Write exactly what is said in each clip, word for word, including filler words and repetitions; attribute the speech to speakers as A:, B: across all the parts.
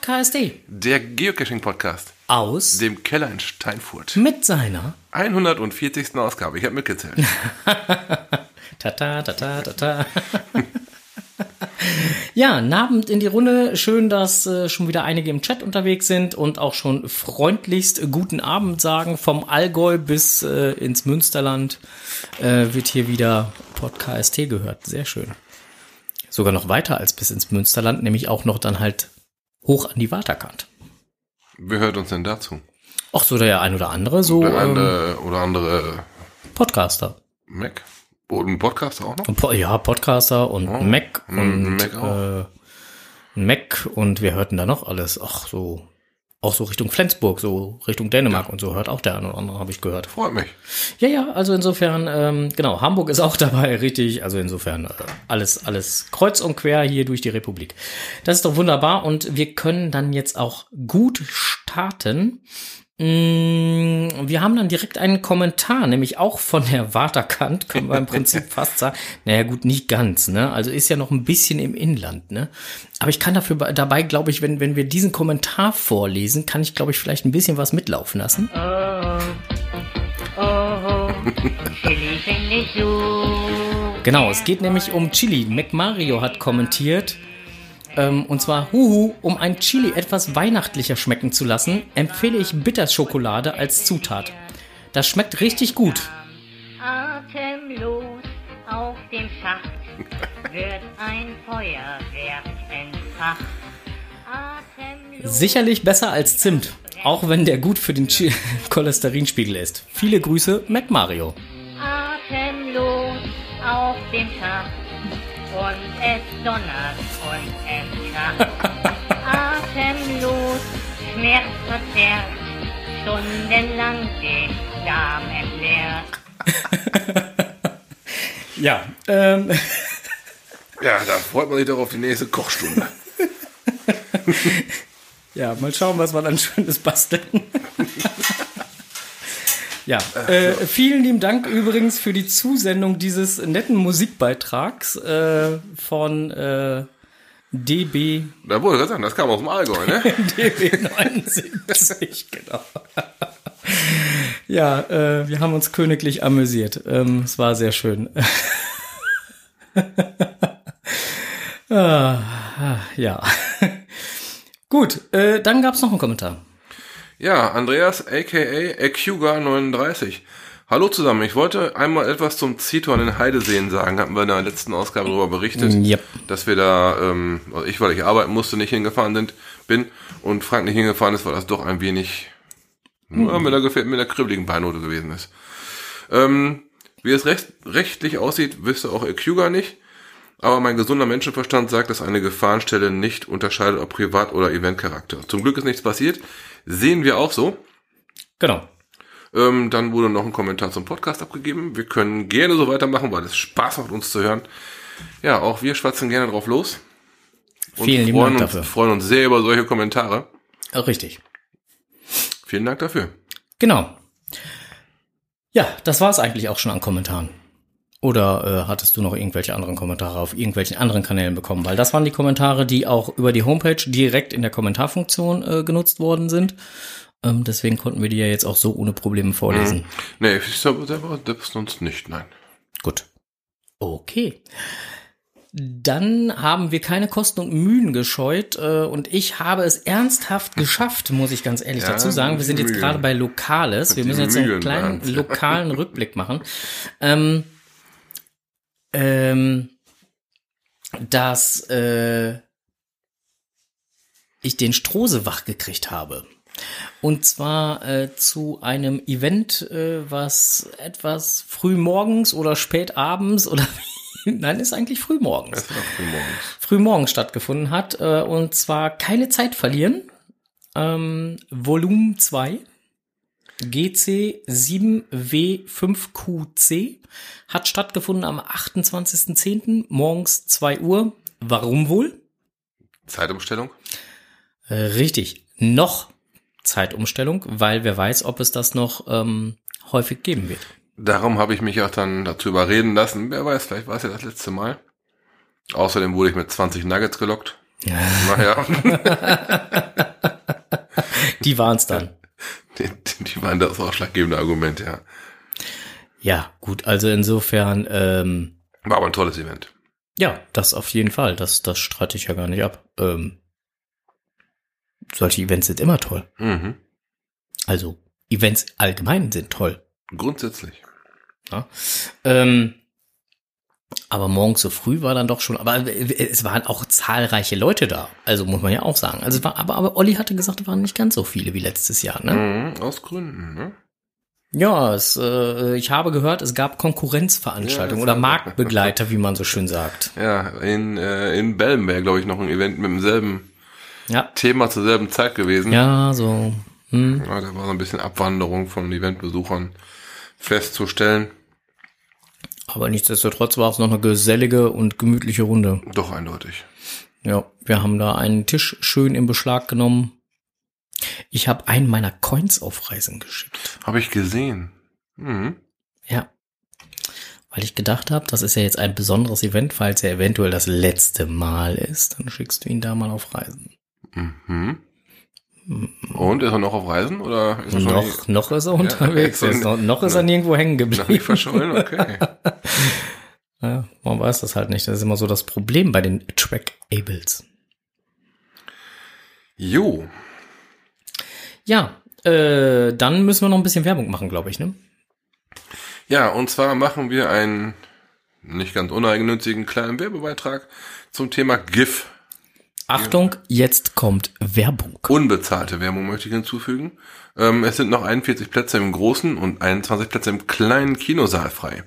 A: Podcast,
B: der Geocaching-Podcast
A: aus
B: dem Keller in Steinfurt.
A: Mit seiner
B: hundertvierzigsten Ausgabe. Ich habe mitgezählt.
A: Tata, tata, tata. Ja, einen Abend in die Runde. Schön, dass äh, schon wieder einige im Chat unterwegs sind und auch schon freundlichst guten Abend sagen. Vom Allgäu bis äh, ins Münsterland äh, wird hier wieder Podcast gehört. Sehr schön. Sogar noch weiter als bis ins Münsterland, nämlich auch noch dann halt hoch an die Waterkant.
B: Wer hört uns denn dazu?
A: Ach so, der ein oder andere so.
B: Der andere, ähm, oder andere
A: Podcaster.
B: Mac? Und ein Podcaster auch noch?
A: Po- Ja, Podcaster und
B: Oh,
A: Mac und
B: Mac auch.
A: äh, Mac und wir hörten da noch alles. Ach so, auch so Richtung Flensburg, so Richtung Dänemark und so hört auch der eine oder andere, habe ich gehört.
B: Freut mich.
A: Ja, ja, also insofern, ähm, genau, Hamburg ist auch dabei, richtig. Also insofern äh, alles, alles kreuz und quer hier durch die Republik. Das ist doch wunderbar und wir können dann jetzt auch gut starten. Wir haben dann direkt einen Kommentar, nämlich auch von der Waterkant, können wir im Prinzip fast sagen. Naja gut, nicht ganz, ne? Also ist ja noch ein bisschen im Inland, ne? Aber ich kann dafür dabei, glaube ich, wenn wenn wir diesen Kommentar vorlesen, kann ich, glaube ich, vielleicht ein bisschen was mitlaufen lassen.
C: Oh, oh, oh, Chili finde ich so.
A: Genau, es geht nämlich um Chili. McMario hat kommentiert, Ähm, und zwar, huhu, um ein Chili etwas weihnachtlicher schmecken zu lassen, empfehle ich Bitterschokolade als Zutat. Das schmeckt richtig gut.
C: Atemlos auf dem Schacht wird ein Feuerwerk entfacht. Atemlos
A: Sicherlich besser als Zimt, auch wenn der gut für den Chi- Cholesterinspiegel ist. Viele Grüße, McMario.
C: Atemlos auf dem Schacht und es donnert und es kracht. Atemlos, schmerzverzerrt, stundenlang den Darm entleert.
A: Ja, ähm,
B: Ja, da freut man sich doch auf die nächste Kochstunde.
A: ja, mal schauen, was wir dann Schönes basteln. Ja, äh, vielen lieben Dank übrigens für die Zusendung dieses netten Musikbeitrags äh, von äh, D B
B: Da wollte ich gerade sagen, das kam aus dem Allgäu, ne?
A: D B neunundsiebzig, genau. Ja, äh, wir haben uns königlich amüsiert. Ähm, es war sehr schön. ah, ja. Gut, äh, dann gab es noch einen Kommentar.
B: Ja, Andreas, aka Akuga neununddreißig. Hallo zusammen, ich wollte einmal etwas zum Ziehtorn in Heideseen sagen. Hatten wir in der letzten Ausgabe darüber berichtet,
A: Yep.
B: dass wir da, ähm, also ich, weil ich arbeiten musste, nicht hingefahren sind, bin und Frank nicht hingefahren ist, weil das doch ein wenig mhm. ja, mit, der, gefähr- mit der kribbeligen Beinote gewesen ist. Ähm, wie es recht, rechtlich aussieht, wüsste auch Akuga nicht. Aber mein gesunder Menschenverstand sagt, dass eine Gefahrenstelle nicht unterscheidet, ob Privat- oder Eventcharakter. Zum Glück ist nichts passiert. Sehen wir auch so.
A: Genau.
B: Ähm, dann wurde noch ein Kommentar zum Podcast abgegeben. Wir können gerne so weitermachen, weil es Spaß macht, uns zu hören. Ja, auch wir schwatzen gerne drauf los. Und
A: Vielen lieben
B: freuen
A: Dank
B: uns,
A: dafür.
B: freuen uns sehr über solche Kommentare.
A: Äh, Richtig.
B: Vielen Dank dafür.
A: Genau. Ja, das war es eigentlich auch schon an Kommentaren. Oder äh, hattest du noch irgendwelche anderen Kommentare auf irgendwelchen anderen Kanälen bekommen? Weil das waren die Kommentare, die auch über die Homepage direkt in der Kommentarfunktion äh, genutzt worden sind. Ähm, deswegen konnten wir die ja jetzt auch so ohne Probleme vorlesen.
B: Mhm. Nee, ich glaube, der war der ist sonst nicht, nein.
A: Gut. Okay. Dann haben wir keine Kosten und Mühen gescheut äh, und ich habe es ernsthaft geschafft, muss ich ganz ehrlich
B: Ja,
A: dazu sagen. Wir sind jetzt
B: Mühen.
A: gerade bei Lokales. Wir
B: Die
A: müssen jetzt so einen
B: Mühen
A: kleinen
B: waren's.
A: lokalen Rückblick machen. Ähm, ähm, dass äh, ich den Strose wach gekriegt habe. Und zwar äh, zu einem Event, äh, was etwas früh morgens oder spät abends oder nein, ist eigentlich früh morgens.
B: Es war früh morgens.
A: Früh morgens stattgefunden hat. Äh, und zwar keine Zeit verlieren. Ähm, Volumen zwei. G C sieben W fünf Q C hat stattgefunden am achtundzwanzigsten zehnten morgens zwei Uhr. Warum wohl?
B: Zeitumstellung?
A: Äh, richtig. Noch Zeitumstellung, weil wer weiß, ob es das noch ähm, häufig geben wird.
B: Darum habe ich mich auch dann dazu überreden lassen. Wer weiß, vielleicht war es ja das letzte Mal. Außerdem wurde ich mit zwanzig Nuggets gelockt. Naja,
A: Die waren's dann.
B: die, die waren das ausschlaggebende Argument, ja.
A: Ja, gut, also insofern, ähm,
B: War aber ein tolles Event.
A: ja, das auf jeden Fall. Das, das streite ich ja gar nicht ab. Ähm, solche Events sind immer toll.
B: Mhm.
A: Also, Events allgemein sind toll.
B: Grundsätzlich.
A: Ja. Ähm, aber morgens so früh war dann doch schon, aber es waren auch zahlreiche Leute da. Also muss man ja auch sagen. Also es war, aber, aber Olli hatte gesagt, es waren nicht ganz so viele wie letztes Jahr, ne?
B: Mhm, aus Gründen, ne?
A: Ja, es, äh, ich habe gehört, es gab Konkurrenzveranstaltungen
B: Ja,
A: oder
B: das haben wir.
A: Marktbegleiter, wie man so schön sagt.
B: Ja, in, äh, in Bellenberg, glaube ich, noch ein Event mit demselben
A: Ja,
B: Thema zur selben Zeit gewesen.
A: ja, so. Hm.
B: Ja, da war so ein bisschen Abwanderung von Eventbesuchern festzustellen.
A: Aber nichtsdestotrotz war es noch eine gesellige und gemütliche Runde.
B: Doch eindeutig.
A: Ja, wir haben da einen Tisch schön in Beschlag genommen. Ich habe einen meiner Coins auf Reisen geschickt.
B: Habe ich gesehen. Mhm.
A: Ja, weil ich gedacht habe, das ist ja jetzt ein besonderes Event, falls er eventuell das letzte Mal ist, dann schickst du ihn da mal auf Reisen.
B: Mhm. Und, ist er noch auf Reisen? Oder ist er schon
A: Noch, noch ist er unterwegs,
B: Ja,
A: ist noch, noch ist er nirgendwo hängen
B: noch nicht
A: geblieben.
B: verschollen? Okay.
A: Ja, man weiß das halt nicht. Das ist immer so das Problem bei den Trackables.
B: Jo.
A: Ja, äh, dann müssen wir noch ein bisschen Werbung machen, glaube ich, ne?
B: Ja, und zwar machen wir einen nicht ganz uneigennützigen kleinen Werbebeitrag zum Thema GIF.
A: Achtung, jetzt kommt Werbung.
B: Unbezahlte Werbung möchte ich hinzufügen. Ähm, es sind noch einundvierzig Plätze im großen und einundzwanzig Plätze im kleinen Kinosaal frei.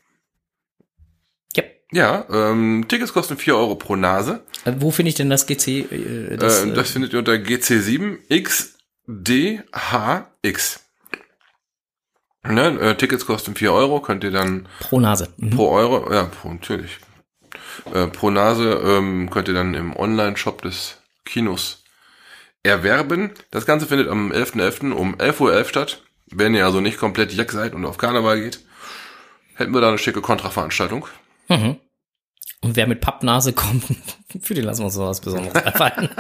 A: Ja.
B: Ja, ähm, Tickets kosten vier Euro pro Nase.
A: Äh, Wo finde ich denn das G C? Äh, das,
B: Das, äh, das findet ihr unter G C sieben X D H X. Ne, äh, Tickets kosten vier Euro, könnt ihr dann
A: pro Nase. Mhm.
B: pro Euro, ja, pro, natürlich. Äh, pro Nase ähm, könnt ihr dann im Online-Shop des Kinos erwerben. Das Ganze findet am elften elften um elf Uhr elf statt. Wenn ihr also nicht komplett jack seid und auf Karneval geht, hätten wir da eine schicke Kontraveranstaltung.
A: Mhm. Und wer mit Pappnase kommt, für den lassen wir uns noch was Besonderes einfallen.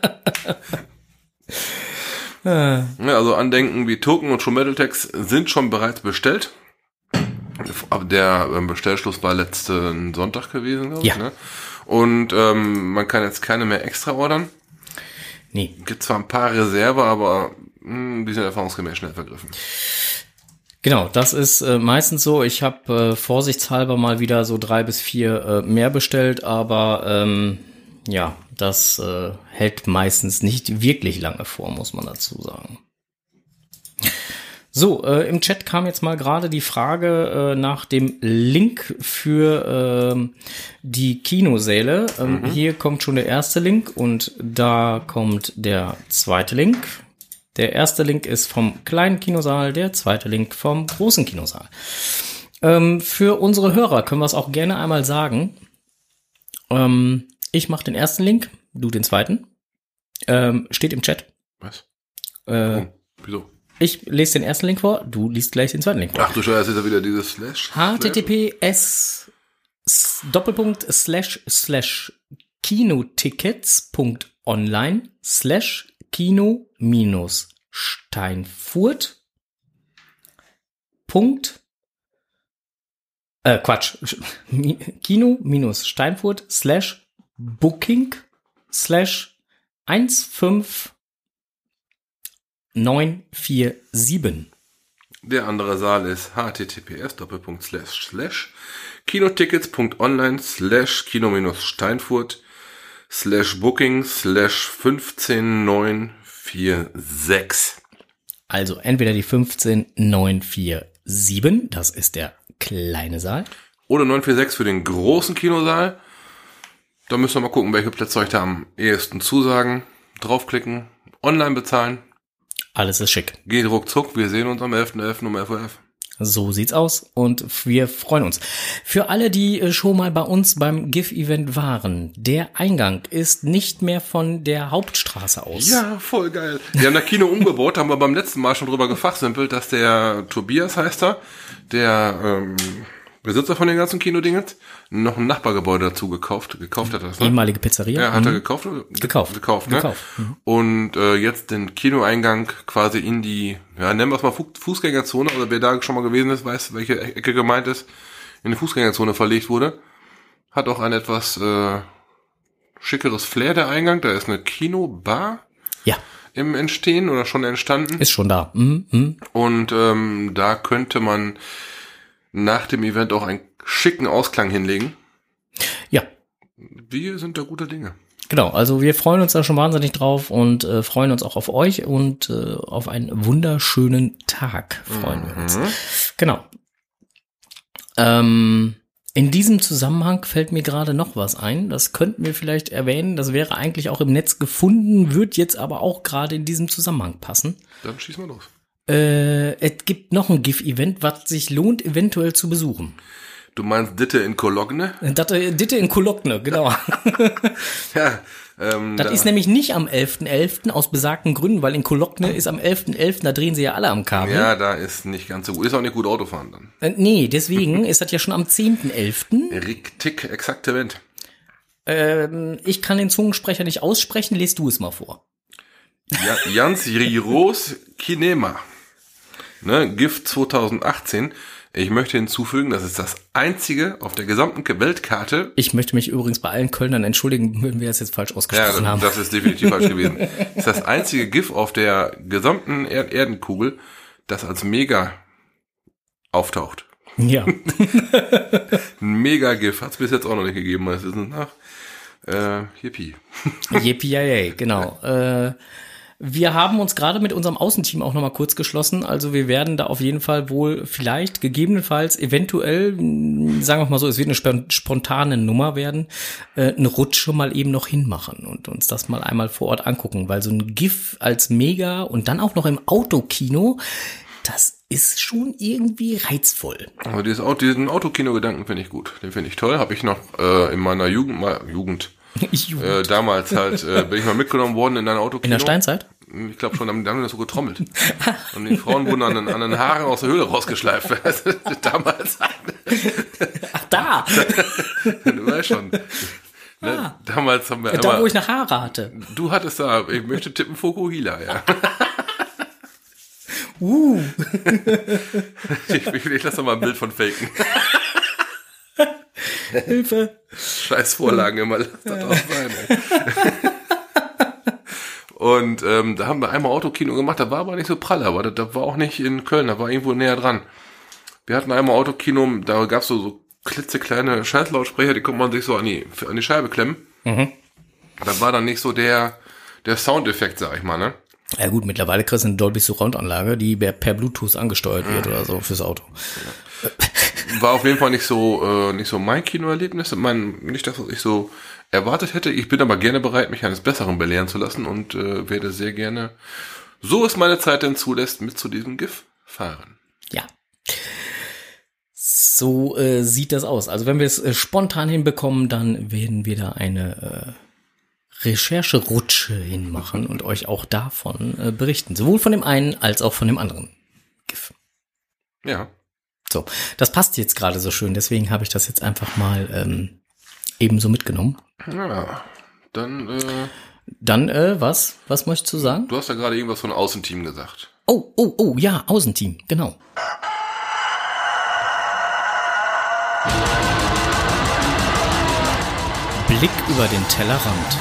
B: Ja, also Andenken wie Token und True Metal Tags sind schon bereits bestellt. Der ähm, Bestellschluss war letzten Sonntag gewesen, glaube ich.
A: Ja.
B: Ne? Und ähm, man kann jetzt keine mehr extra ordern.
A: Nee.
B: Gibt zwar ein paar Reserve, aber mh, die sind erfahrungsgemäß schnell vergriffen.
A: Genau, das ist äh, meistens so. Ich habe äh, vorsichtshalber mal wieder so drei bis vier äh, mehr bestellt, aber ähm, ja, das äh, hält meistens nicht wirklich lange vor, muss man dazu sagen. So, äh, im Chat kam jetzt mal gerade die Frage äh, nach dem Link für äh, die Kinosäle. Ähm, mhm. Hier kommt schon der erste Link und da kommt der zweite Link. Der erste Link ist vom kleinen Kinosaal, der zweite Link vom großen Kinosaal. Ähm, für unsere Hörer können wir es auch gerne einmal sagen. Ähm, ich mache den ersten Link, du den zweiten. Ähm, steht im Chat.
B: Was?
A: Äh,
B: oh, wieso?
A: Ich lese den ersten Link vor, du liest gleich den zweiten Link vor.
B: Ach du Scheiße, ist ja wieder dieses Slash.
A: H T T P S Doppelpunkt Slash Slash Kinotickets.online slash Kino minus Steinfurt Punkt äh, Quatsch Kino minus Steinfurt slash Booking slash eins fünf neun vier sieben.
B: Der andere Saal ist H T T P S Doppelpunkt Slash Slash Kinotickets.online slash Kino minus Steinfurt slash Booking slash fünfzehn neun vier sechs.
A: Also entweder die fünfzehn neun vier sieben, das ist der kleine Saal.
B: Oder neun vier sechs für den großen Kinosaal. Da müssen wir mal gucken, welche Plätze euch da am ehesten zusagen. Draufklicken, online bezahlen.
A: Alles ist schick.
B: Geht ruckzuck, wir sehen uns am elften elften um elf Uhr elf.
A: So sieht's aus und wir freuen uns. Für alle, die schon mal bei uns beim GIF-Event waren, der Eingang ist nicht mehr von der Hauptstraße aus.
B: Ja, voll geil. Wir haben das Kino umgebaut, haben wir beim letzten Mal schon drüber gefachsimpelt, dass der Tobias heißt er, der ähm, Besitzer von den ganzen Kinodingens, noch ein Nachbargebäude dazu gekauft. Gekauft hat er das, ne?
A: Ehemalige Pizzeria.
B: Ja, hat
A: mhm.
B: er gekauft?
A: Gekauft.
B: Gekauft, ne?
A: Gekauft. Mhm.
B: Und äh, jetzt den Kinoeingang quasi in die, ja, nennen wir es mal Fu- Fußgängerzone, oder wer da schon mal gewesen ist, weiß, welche Ecke gemeint ist, in die Fußgängerzone verlegt wurde. Hat auch ein etwas äh, schickeres Flair, der Eingang. Da ist eine Kinobar
A: Ja,
B: im Entstehen oder schon entstanden.
A: ist schon da. Mhm. Mhm.
B: Und ähm, da könnte man nach dem Event auch einen schicken Ausklang hinlegen.
A: Ja,
B: Wir sind da guter Dinge.
A: genau. Also wir freuen uns da schon wahnsinnig drauf und äh, freuen uns auch auf euch und äh, auf einen wunderschönen Tag freuen wir uns. Genau. Ähm, in diesem Zusammenhang fällt mir gerade noch was ein. Das könnten wir vielleicht erwähnen. Das wäre eigentlich auch im Netz gefunden, wird jetzt aber auch gerade in diesem Zusammenhang passen.
B: Dann schießen wir los.
A: Äh, es gibt noch ein GIF-Event, was sich lohnt, eventuell zu besuchen.
B: Du meinst Ditte in Cologne?
A: Das, äh, Ditte in Cologne, genau.
B: Ja. Ähm,
A: Das
B: da,
A: ist nämlich nicht am elften elften aus besagten Gründen, weil in Cologne ist am elften elften, da drehen sie ja alle am Kabel.
B: Ja, da ist nicht ganz so gut. Ist auch nicht gut Autofahren dann.
A: Äh, nee, deswegen ist das ja schon am zehnten elften.
B: Richtig, exakt Event.
A: Ähm, ich kann den Zungensprecher nicht aussprechen, lest du es mal vor.
B: Ja, Jans Riros Kinema. Ne, GIF zwanzig achtzehn. Ich möchte hinzufügen, das ist das einzige auf der gesamten Weltkarte.
A: Ich möchte mich übrigens bei allen Kölnern entschuldigen, wenn wir das jetzt falsch
B: Ja,
A: ausgesprochen haben.
B: das ist definitiv falsch gewesen. Das ist das einzige GIF auf der gesamten er- Erdenkugel, das als Mega auftaucht.
A: Ja.
B: Ein Mega-GIF hat es bis jetzt auch noch nicht gegeben, meines Wissens nach. Äh, Yippie.
A: Yippie, genau. Äh, wir haben uns gerade mit unserem Außenteam auch nochmal kurz geschlossen. Also wir werden da auf jeden Fall wohl vielleicht, gegebenenfalls, eventuell, mh, sagen wir mal so, es wird eine sp- spontane Nummer werden, äh, eine Rutsche mal eben noch hinmachen und uns das mal einmal vor Ort angucken. Weil so ein GIF als Mega und dann auch noch im Autokino, das ist schon irgendwie reizvoll.
B: Aber dieses Auto, diesen Autokino-Gedanken finde ich gut. Den finde ich toll. Habe ich noch äh, in meiner Jugend, mal, Jugend,
A: Jugend.
B: äh, damals halt, äh, bin ich mal mitgenommen worden in ein Autokino.
A: In der Steinzeit?
B: Ich glaube schon, da haben die das so getrommelt. Und die Frauen wurden an den, an den Haaren aus der Höhle rausgeschleift. Damals.
A: Ach, da!
B: Du weißt schon. Ne?
A: Ah.
B: Damals haben wir
A: Da,
B: einmal,
A: wo ich noch Haare hatte.
B: du hattest da, ich möchte tippen, Fokuhila, ja.
A: Uh.
B: Ich, ich, ich lasse mal ein Bild von faken.
A: Hilfe.
B: Scheiß Vorlagen immer, lass das auch sein, ey. Und ähm, da haben wir einmal Autokino gemacht, da war aber nicht so prall, aber das, das war auch nicht in Köln, da war irgendwo näher dran. Wir hatten einmal Autokino, da gab's so, so klitzekleine Scheißlautsprecher, die konnte man sich so an die, an die Scheibe klemmen.
A: Mhm.
B: Das war dann nicht so der, der Soundeffekt, sag ich mal, ne?
A: Ja gut, mittlerweile kriegst du eine Dolby Surround Anlage, die per, per Bluetooth angesteuert wird oder so fürs Auto.
B: War auf jeden Fall nicht so, äh, nicht so mein Kinoerlebnis, mein, nicht das, was ich so erwartet hätte. Ich bin aber gerne bereit, mich eines Besseren belehren zu lassen und äh, werde sehr gerne, so es meine Zeit denn zulässt, mit zu diesem GIF fahren.
A: Ja. So äh, sieht das aus. Also wenn wir es äh, spontan hinbekommen, dann werden wir da eine äh, Rechercherutsche hinmachen und euch auch davon äh, berichten. Sowohl von dem einen als auch von dem anderen GIF.
B: Ja.
A: So, das passt jetzt gerade so schön, deswegen habe ich das jetzt einfach mal ähm, ebenso mitgenommen.
B: Ja, dann, äh,
A: Dann, äh, was? Was möchtest du sagen?
B: du hast ja gerade irgendwas von Außenteam gesagt.
A: Oh, oh, oh, ja, Außenteam, genau. Blick über den Tellerrand.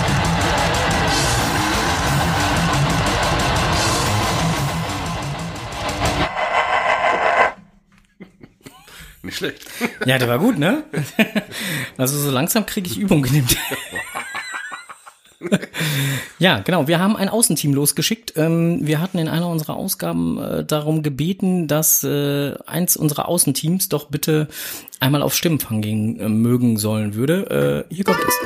B: Nicht schlecht.
A: Ja, der war gut, ne? Also so langsam kriege ich Übung genimmt. Ja, genau. Wir haben ein Außenteam losgeschickt. Ähm, wir hatten in einer unserer Ausgaben äh, darum gebeten, dass äh, eins unserer Außenteams doch bitte einmal auf Stimmenfang gehen äh, mögen sollen würde. Äh, hier kommt es.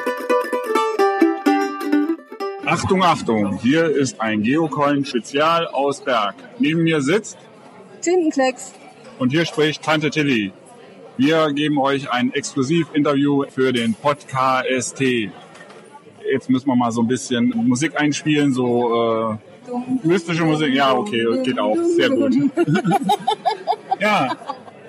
D: Achtung, Achtung, hier ist ein Geocoin-Spezial aus Berg. Neben mir sitzt
E: Tintenklecks.
D: und hier spricht Tante Tilly. Wir geben euch ein Exklusiv-Interview für den Podcast. Jetzt müssen wir mal so ein bisschen Musik einspielen, so äh, mystische Musik. Ja, okay, geht auch. Sehr gut. Ja,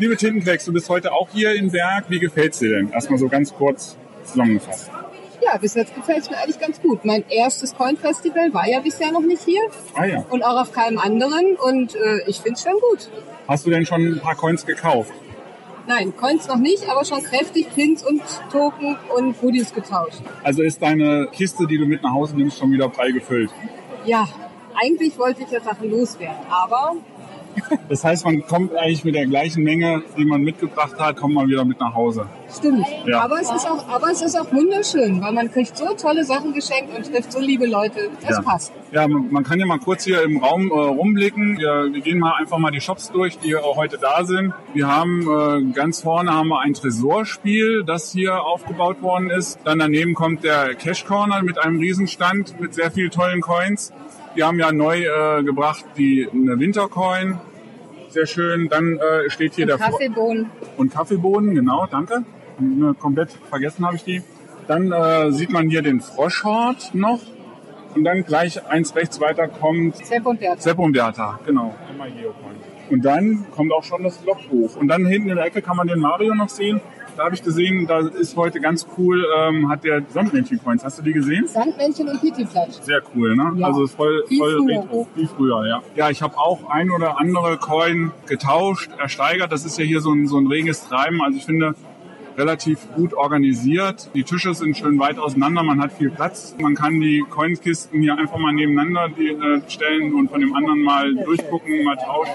D: Liebe Tintenklecks, du bist heute auch hier in Berg. Wie gefällt's dir denn? Erstmal so ganz kurz zusammengefasst.
E: Ja, bis jetzt gefällt es mir eigentlich ganz gut. Mein erstes Coin-Festival war ja bisher noch nicht hier.
D: Ah ja.
E: Und auch auf keinem anderen. Und äh, ich finde es schon gut.
D: Hast du denn schon ein paar Coins gekauft?
E: Nein, Coins noch nicht, aber schon kräftig Pins und Token und Goodies getauscht.
D: Also ist deine Kiste, die du mit nach Hause nimmst, schon wieder prall gefüllt?
E: Ja, eigentlich wollte ich ja Sachen loswerden, aber...
D: Das heißt, man kommt eigentlich mit der gleichen Menge, die man mitgebracht hat, kommt man wieder mit nach Hause.
E: Stimmt,
D: Ja.
E: aber, es ist auch, aber es ist auch wunderschön, weil man kriegt so tolle Sachen geschenkt und trifft so liebe Leute. Das
D: Ja.
E: passt.
D: Ja, man man kann ja mal kurz hier im Raum äh, rumblicken. Wir, wir gehen mal einfach mal die Shops durch, die auch heute da sind. Wir haben äh, ganz vorne haben wir ein Tresorspiel, das hier aufgebaut worden ist. Dann daneben kommt der Cash Corner mit einem Riesenstand mit sehr vielen tollen Coins. Wir haben ja neu äh, gebracht die eine Wintercoin. Sehr schön. Dann äh, steht hier
E: Und
D: der Fro-
E: Kaffeebohnen.
D: und Kaffeebohnen, genau, danke. Ne, komplett vergessen habe ich die. Dann äh, sieht man hier den Froschhort noch. Und dann gleich eins rechts weiter kommt
E: Sepp und Bertha.
D: Sepp und Bertha, genau. Einmal Geocoin. Und dann kommt auch schon das Logbuch. Und dann hinten in der Ecke kann man den Mario noch sehen. Da habe ich gesehen, da ist heute ganz cool, ähm, hat der Sandmännchen-Coins. Hast du die gesehen?
E: Sandmännchen und Pitti-Fleisch.
D: Sehr cool, ne?
E: Ja.
D: Also voll,
E: Wie
D: voll
E: früher.
D: retro, wie früher, ja. Ja, ich habe auch ein oder andere Coin getauscht, ersteigert. Das ist ja hier so ein, so ein reges Treiben. Also ich finde, relativ gut organisiert. Die Tische sind schön weit auseinander, man hat viel Platz. Man kann die Coinkisten hier einfach mal nebeneinander die, äh, stellen und von dem anderen mal durchgucken, mal tauschen.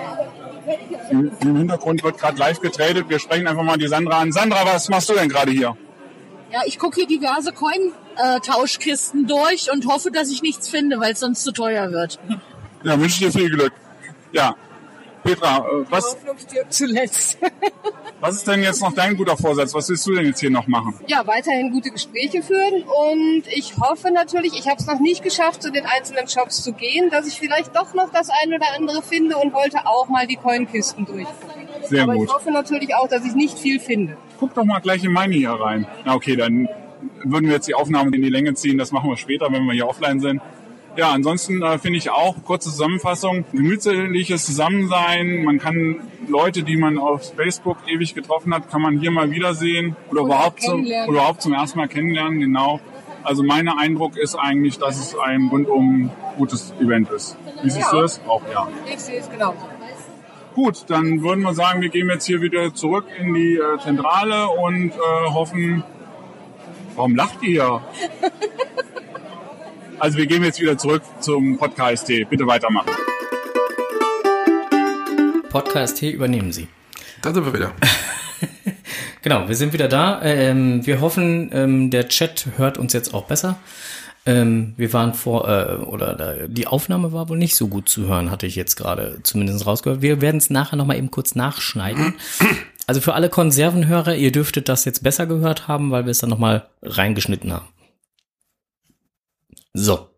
D: Im, im Hintergrund wird gerade live getradet. Wir sprechen einfach mal die Sandra an. Sandra, was machst du denn gerade hier?
F: Ja, ich gucke hier diverse Coin-Tauschkisten durch und hoffe, dass ich nichts finde, weil es sonst zu teuer wird.
D: Ja, wünsche ich dir viel Glück. Ja, Petra, äh, was,
E: Hoffnung stirbt zuletzt.
D: was ist denn jetzt noch dein guter Vorsatz? Was willst du denn jetzt hier noch machen?
E: Ja, weiterhin gute Gespräche führen und ich hoffe natürlich, ich habe es noch nicht geschafft, zu den einzelnen Shops zu gehen, dass ich vielleicht doch noch das ein oder andere finde und wollte auch mal die Coinkisten durchgucken.
D: Sehr
E: Aber
D: gut.
E: ich hoffe natürlich auch, dass ich nicht viel finde.
D: Guck doch mal gleich in meine hier rein. Na okay, dann würden wir jetzt die Aufnahme in die Länge ziehen. Das machen wir später, wenn wir hier offline sind. Ja, ansonsten äh, finde ich auch, kurze Zusammenfassung, gemütliches Zusammensein. Man kann Leute, die man auf Facebook ewig getroffen hat, kann man hier mal wiedersehen oder,
E: Oder
D: überhaupt, zum,
E: kennenlernen.
D: oder überhaupt zum ersten Mal kennenlernen. Genau. Also mein Eindruck ist eigentlich, dass es ein rundum gutes Event ist. Wie siehst
E: Ja.
D: du das? Auch ja.
E: Ich sehe es genau.
D: Gut, dann würden wir sagen, wir gehen jetzt hier wieder zurück in die äh, Zentrale und äh, hoffen... Warum lacht ihr? Also wir gehen jetzt wieder zurück zum Podcast. Bitte weitermachen.
A: Podcast T übernehmen Sie.
B: Da sind wir wieder.
A: Genau, wir sind wieder da. Ähm, wir hoffen, ähm, der Chat hört uns jetzt auch besser. Ähm, wir waren vor, äh, oder da, die Aufnahme war wohl nicht so gut zu hören, hatte ich jetzt gerade zumindest rausgehört. Wir werden es nachher nochmal eben kurz nachschneiden. Also für alle Konservenhörer, ihr dürftet das jetzt besser gehört haben, weil wir es dann nochmal reingeschnitten haben. So.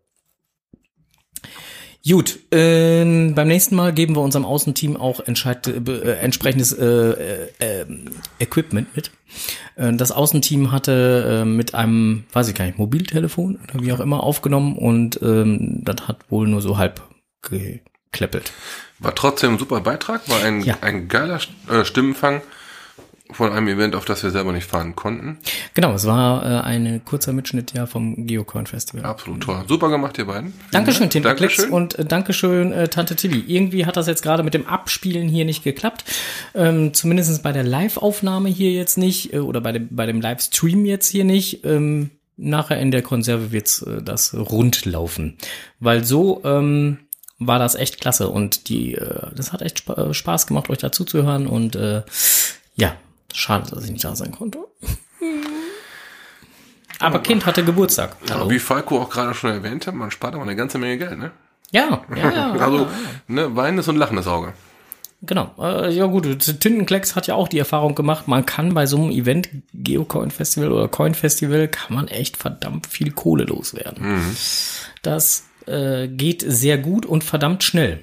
A: Gut, ähm, beim nächsten Mal geben wir unserem Außenteam auch entscheid- äh, entsprechendes äh, äh, äh, Equipment mit. Äh, das Außenteam hatte äh, mit einem, weiß ich gar nicht, Mobiltelefon oder wie auch immer aufgenommen und ähm, das hat wohl nur so halb gekleppelt.
B: War trotzdem ein super Beitrag, war ein,
A: Ja.
B: ein geiler äh, Stimmenfang von einem Event, auf das wir selber nicht fahren konnten.
A: Genau, es war äh, ein kurzer Mitschnitt ja vom Geocoin Festival.
B: Absolut toll. Super gemacht, ihr beiden.
A: Dankeschön,
B: Vielen Dank.
A: Tintenklecks,
B: Dankeschön.
A: und äh, Dankeschön, äh, Tante Tilly. Irgendwie hat das jetzt gerade mit dem Abspielen hier nicht geklappt. Ähm, zumindest bei der Live-Aufnahme hier jetzt nicht, äh, oder bei dem, bei dem Livestream jetzt hier nicht. Ähm, nachher in der Konserve wird's äh, das rund laufen. Weil so ähm, war das echt klasse und die, äh, das hat echt spa- Spaß gemacht, euch dazu zu hören und äh, ja, schade, dass ich nicht da sein konnte. Aber Kind hatte Geburtstag.
B: Ja, wie Falco auch gerade schon erwähnt hat, man spart aber eine ganze Menge Geld, ne?
A: Ja, ja, ja.
B: Also, ne, weinendes und lachendes Auge.
A: Genau. Äh, ja gut, Tintenklecks hat ja auch die Erfahrung gemacht, man kann bei so einem Event, Geocoin Festival oder Coin Festival, kann man echt verdammt viel Kohle loswerden.
B: Mhm.
A: Das äh, geht sehr gut und verdammt schnell.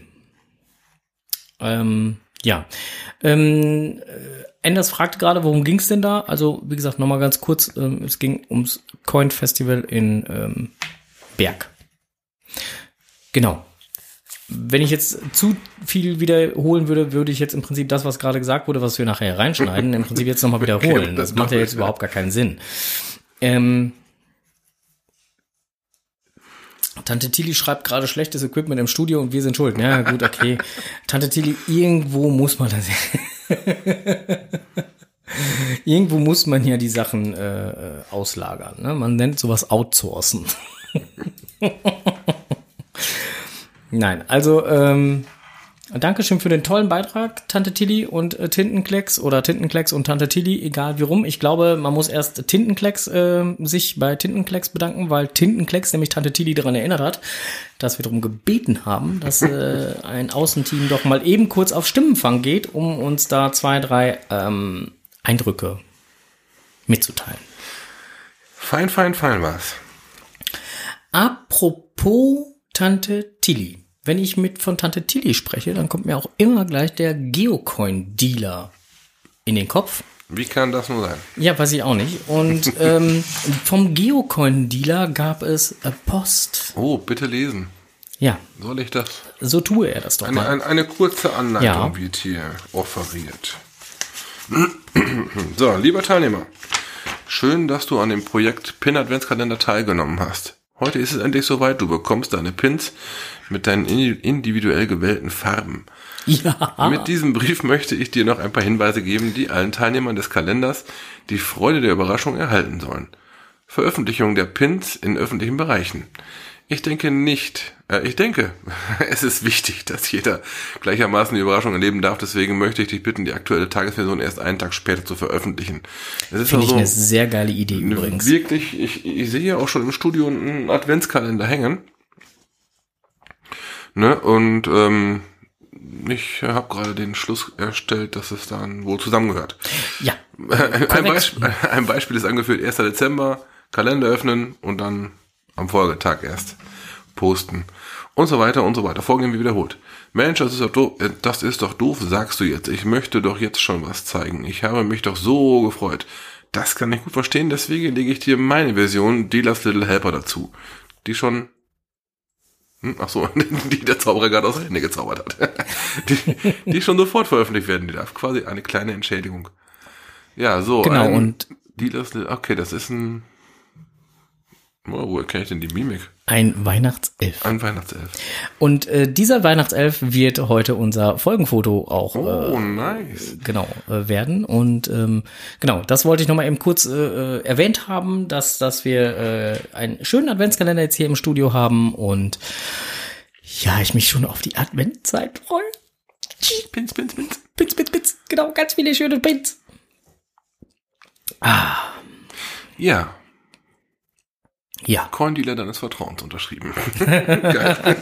A: Ähm, ja. Ähm, Enders fragte gerade, worum ging's denn da? Also, wie gesagt, nochmal ganz kurz, ähm, es ging ums Coin Festival in ähm, Berg. Genau. wenn ich jetzt zu viel wiederholen würde, würde ich jetzt im Prinzip das, was gerade gesagt wurde, was wir nachher reinschneiden, im Prinzip jetzt nochmal wiederholen. Das macht ja jetzt überhaupt gar keinen Sinn. Ähm, Tante Tilly schreibt gerade schlechtes Equipment im Studio und wir sind schuld. Ja, gut, okay. Tante Tilly, irgendwo muss man das... irgendwo muss man ja die Sachen äh, auslagern. Ne? Man nennt sowas outsourcen. Nein, also ähm, Dankeschön für den tollen Beitrag, Tante Tilly und äh, Tintenklecks oder Tintenklecks und Tante Tilly, egal wie rum. Ich glaube, man muss erst Tintenklecks äh, sich bei Tintenklecks bedanken, weil Tintenklecks nämlich Tante Tilly daran erinnert hat, dass wir darum gebeten haben, dass äh, ein Außenteam doch mal eben kurz auf Stimmenfang geht, um uns da zwei, drei ähm, Eindrücke mitzuteilen.
B: Fein, fein, fein war's.
A: Apropos Tante Tilly. Wenn ich mit von Tante Tilly spreche, dann kommt mir auch immer gleich der Geocoin-Dealer in den Kopf.
B: Wie kann das nur sein?
A: Ja, weiß ich auch nicht. Und ähm, vom Geocoin-Dealer gab es äh, Post.
B: Oh, bitte lesen.
A: Ja.
B: Soll ich das?
A: So tue er das doch
B: eine,
A: mal.
B: Eine, eine kurze Anleitung
A: Ja.
B: wird hier offeriert. So, lieber Teilnehmer. Schön, dass du an dem Projekt Pin Adventskalender teilgenommen hast. Heute ist es endlich soweit, du bekommst deine Pins mit deinen individuell gewählten Farben.
A: Ja.
B: Mit diesem Brief möchte ich dir noch ein paar Hinweise geben, die allen Teilnehmern des Kalenders die Freude der Überraschung erhalten sollen. Veröffentlichung der Pins in öffentlichen Bereichen. Ich denke nicht, äh, ich denke, es ist wichtig, dass jeder gleichermaßen die Überraschung erleben darf. Deswegen möchte ich dich bitten, die aktuelle Tagesversion erst einen Tag später zu veröffentlichen. Das ist
A: Finde ich
B: also
A: eine sehr geile Idee übrigens.
B: Wirklich, ich, ich sehe ja auch schon im Studio einen Adventskalender hängen. Ne, und ähm, ich habe gerade den Schluss erstellt, dass es dann wohl zusammengehört.
A: Ja.
B: Ein Beispiel, ein Beispiel ist angeführt, erster Dezember, Kalender öffnen und dann am Folgetag erst posten und so weiter und so weiter. Vorgehen wie wiederholt. Mensch, das ist doch doof, das ist doch doof, sagst du jetzt. Ich möchte doch jetzt schon was zeigen. Ich habe mich doch so gefreut. Das kann ich gut verstehen, deswegen lege ich dir meine Version, Dealer's Little Helper, dazu. Die schon, hm, ach so, die der Zauberer gerade aus der Hände gezaubert hat. Die, die schon sofort veröffentlicht werden, die darf. Quasi eine kleine Entschädigung. Ja, so.
A: Genau,
B: ein
A: und
B: Dealer's Little, okay, das ist ein, oh, wo erkenne ich denn die Mimik?
A: ein Weihnachtself.
B: Ein Weihnachtself.
A: Und äh, dieser Weihnachtself wird heute unser Folgenfoto auch
B: Oh,
A: äh,
B: nice.
A: genau äh, werden. Und ähm, genau, das wollte ich noch mal eben kurz äh, erwähnt haben, dass dass wir äh, einen schönen Adventskalender jetzt hier im Studio haben und ja, ich mich schon auf die Adventzeit freue.
B: Pins, Pins, Pins.
A: Pins, Pins, Pins. Genau, ganz viele schöne Pins. Ah,
B: Ja,
A: ja.
B: Coindealer deines Vertrauens unterschrieben. Geil.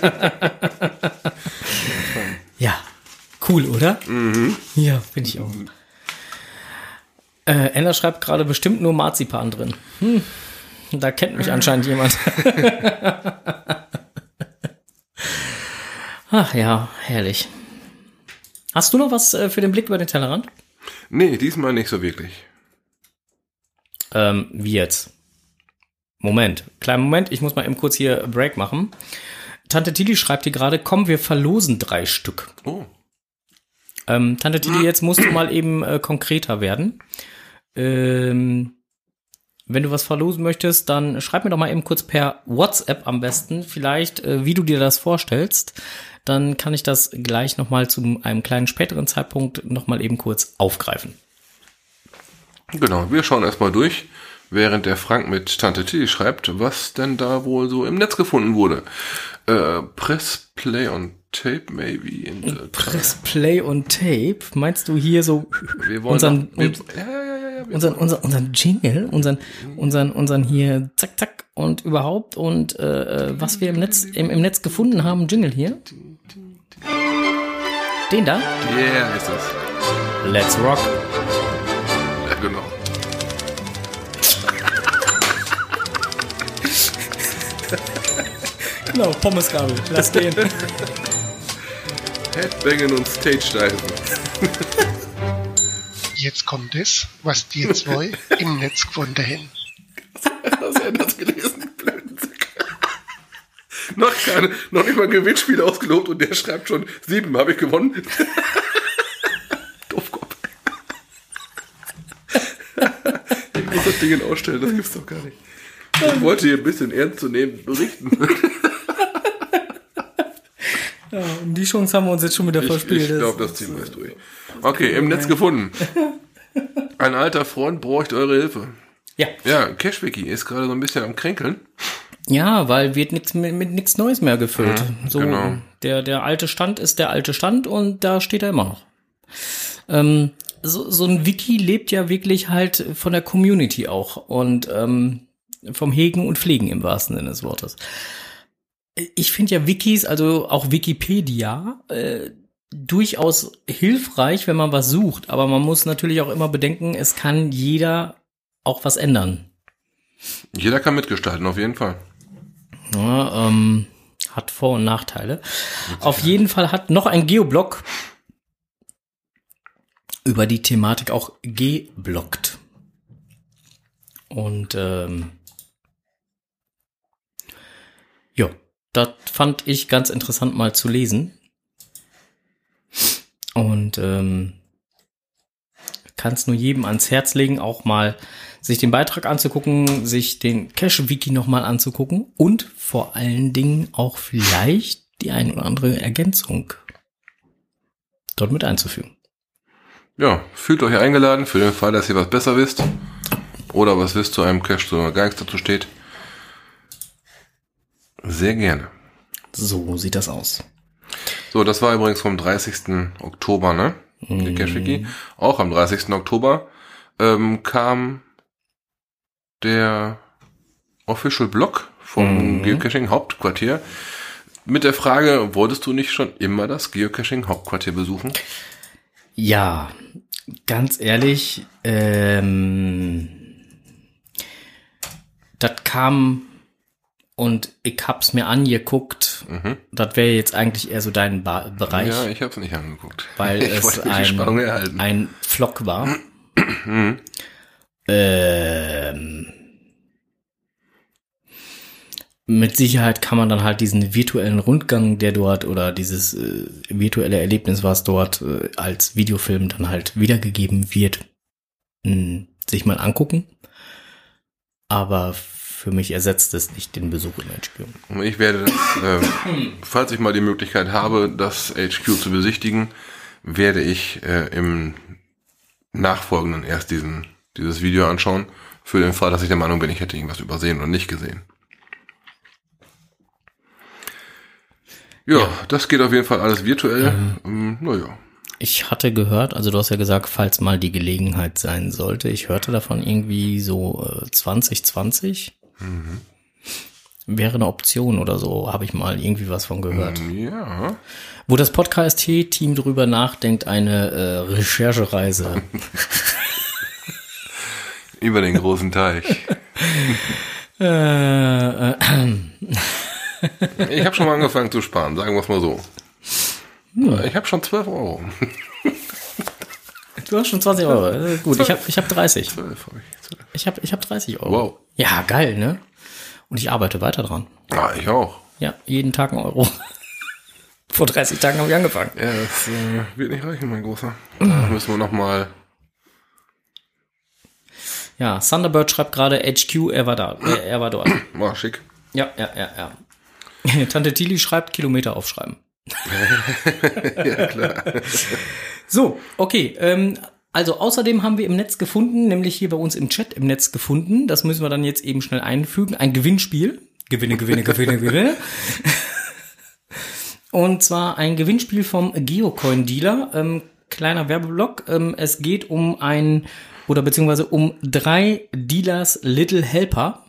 A: Ja, cool, oder?
B: Mhm.
A: Ja, finde ich auch. Äh, Ender schreibt gerade bestimmt nur Marzipan drin. Hm, da kennt mich anscheinend jemand. Ach ja, herrlich. Hast du noch was äh, für den Blick über den Tellerrand?
B: Nee, diesmal nicht so wirklich.
A: Ähm, wie jetzt? Moment, kleinen Moment, ich muss mal eben kurz hier Break machen. Tante Tilly schreibt hier gerade, komm, wir verlosen drei Stück.
B: Oh.
A: Ähm, Tante Tilly, jetzt musst du mal eben äh, konkreter werden. Ähm, wenn du was verlosen möchtest, dann schreib mir doch mal eben kurz per WhatsApp am besten, vielleicht, äh, wie du dir das vorstellst. Dann kann ich das gleich nochmal zu einem kleinen späteren Zeitpunkt nochmal eben kurz aufgreifen.
B: Genau, wir schauen erstmal durch, während der Frank mit Tante Tilly schreibt, was denn da wohl so im Netz gefunden wurde. Äh, Press Play on Tape, maybe. In the
A: Press Play on Tape? Meinst du hier so
B: wir wollen
A: unseren,
B: noch, wir,
A: uns,
B: ja, ja, ja, ja, wir
A: unseren, unseren, unseren Jingle, unseren, unseren, unseren hier zack, zack und überhaupt und äh, was wir im Netz, im, im Netz gefunden haben, Jingle hier. Den da?
B: yeah, ist das.
A: Let's rock.
B: Ja, genau.
A: Genau, Pommesgabel. Lass gehen.
B: Headbangen und Stage-Diven.
G: Jetzt kommt es, was die zwei im Netz gefunden haben.
B: Hast du das gelesen? Blöden Sack. noch, keine, noch nicht mal ein Gewinnspiel ausgelobt und der schreibt schon, sieben habe ich gewonnen. Doofkopf. Ich muss das Ding ausstellen, das gibt's doch gar nicht. Ich wollte hier ein bisschen ernst zu nehmen berichten.
A: Ja, um die Chance haben wir uns jetzt schon wieder verspielt.
B: Ich, ich glaube, das ziehen wir jetzt durch. Okay, im Netz gefunden. Ein alter Freund bräuchte eure Hilfe.
A: Ja.
B: Ja, CashWiki ist gerade so ein bisschen am Kränkeln.
A: Ja, weil wird nichts mit, mit nichts Neues mehr gefüllt.
B: Mhm,
A: so,
B: genau.
A: der, der alte Stand ist der alte Stand und da steht er immer noch. Ähm, so, so ein Wiki lebt ja wirklich halt von der Community auch und ähm, vom Hegen und Pflegen im wahrsten Sinne des Wortes. Ich finde ja Wikis, also auch Wikipedia, äh, durchaus hilfreich, wenn man was sucht. Aber man muss natürlich auch immer bedenken, es kann jeder auch was ändern.
B: Jeder kann mitgestalten, auf jeden Fall.
A: Ja, ähm, hat Vor- und Nachteile. Auf jeden Fall hat noch ein Geoblog über die Thematik auch geblockt. Und ähm, ja, das fand ich ganz interessant mal zu lesen. Und ähm, kann es nur jedem ans Herz legen, auch mal sich den Beitrag anzugucken, sich den Cache-Wiki nochmal anzugucken und vor allen Dingen auch vielleicht die ein oder andere Ergänzung dort mit einzufügen.
B: Ja, fühlt euch eingeladen für den Fall, dass ihr was besser wisst oder was wisst zu einem Cache, so gar nichts dazu steht. Sehr gerne.
A: So sieht das aus.
B: So, das war übrigens vom dreißigsten Oktober, ne? Die
A: Mm.
B: CacheWiki. Auch am dreißigsten Oktober ähm, kam der Official Blog vom
A: Mhm.
B: Geocaching Hauptquartier mit der Frage, wolltest du nicht schon immer das Geocaching Hauptquartier besuchen?
A: Ja, ganz ehrlich, ähm, das kam und ich hab's mir angeguckt.
B: Mhm.
A: Das wäre jetzt eigentlich eher so dein ba- Bereich,
B: Ja, ich habe es nicht angeguckt.
A: weil
B: ich
A: es
B: wollte mich die Spannung erhalten.
A: ein, ein Vlog war.
B: Mhm.
A: ähm, mit Sicherheit kann man dann halt diesen virtuellen Rundgang, der dort oder dieses äh, virtuelle Erlebnis, was dort äh, als Videofilm dann halt wiedergegeben wird, mh, sich mal angucken. Aber für mich ersetzt es nicht den Besuch im H Q.
B: Und ich werde das, äh, falls ich mal die Möglichkeit habe, das H Q zu besichtigen, werde ich äh, im Nachfolgenden erst diesen dieses Video anschauen, für den Fall, dass ich der Meinung bin, ich hätte irgendwas übersehen oder nicht gesehen. Ja, ja. Das geht auf jeden Fall alles virtuell. Ähm, ähm, naja.
A: Ich hatte gehört, also du hast ja gesagt, falls mal die Gelegenheit sein sollte, ich hörte davon irgendwie so äh, zwanzig zwanzig.
B: Mhm.
A: Wäre eine Option oder so, habe ich mal irgendwie was von gehört.
B: Ja.
A: Wo das Podcast-Team drüber nachdenkt, eine äh, Recherchereise.
B: Über den großen Teich.
A: äh, äh,
B: Ich habe schon mal angefangen zu sparen, sagen wir es mal so.
A: Hm.
B: Ich habe schon zwölf Euro.
A: Du hast schon zwanzig Euro. Äh, gut, ich habe ich hab dreißig.
B: zwölf habe ich. zwölf.
A: Ich habe ich hab dreißig Euro.
B: Wow.
A: Ja, geil, ne? Und ich arbeite weiter dran.
B: Ja, ich auch.
A: Ja, jeden Tag ein Euro. Vor dreißig Tagen habe ich angefangen.
B: Ja, das äh, wird nicht reichen, mein Großer. Da müssen wir nochmal...
A: Ja, Thunderbird schreibt gerade H Q, er war da. Er, er war dort.
B: War schick.
A: Ja, ja, ja, ja. Tante Tilly schreibt Kilometer aufschreiben.
B: Ja, klar.
A: So, okay. Ähm, also außerdem haben wir im Netz gefunden, nämlich hier bei uns im Chat im Netz gefunden, das müssen wir dann jetzt eben schnell einfügen, ein Gewinnspiel. Gewinne, Gewinne, Gewinne, Gewinne. Und zwar ein Gewinnspiel vom Geocoin-Dealer. Ähm, kleiner Werbeblock. Ähm, es geht um ein, oder beziehungsweise um drei Dealers Little Helper.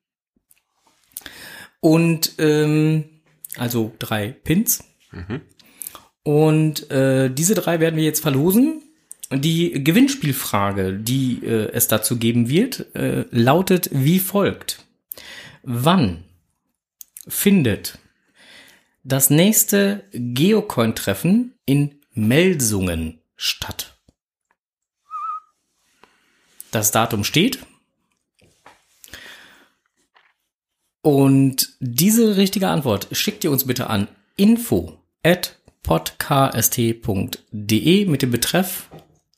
A: Und, ähm, also drei Pins.
B: Mhm.
A: Und äh, diese drei werden wir jetzt verlosen. Die Gewinnspielfrage, die äh, es dazu geben wird, äh, lautet wie folgt. Wann findet das nächste Geocoin-Treffen in Melsungen statt? Das Datum steht. Und diese richtige Antwort schickt ihr uns bitte an info at podcast punkt de mit dem Betreff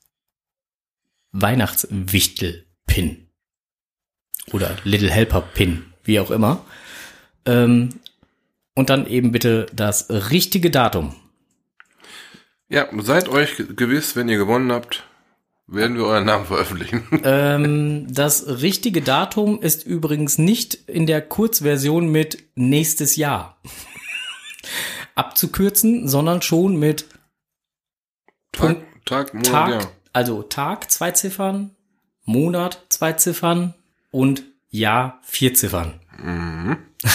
A: Weihnachtswichtel-Pin oder Little Helper Pin, wie auch immer. Ähm, und dann eben bitte das richtige Datum.
B: Ja, seid euch gewiss, wenn ihr gewonnen habt, werden wir euren Namen veröffentlichen.
A: Ähm, das richtige Datum ist übrigens nicht in der Kurzversion mit nächstes Jahr abzukürzen, sondern schon mit
B: Tag,
A: Punkt,
B: Tag, Monat,
A: Tag,
B: ja.
A: also Tag zwei Ziffern, Monat zwei Ziffern und Jahr vier Ziffern.
B: Mhm.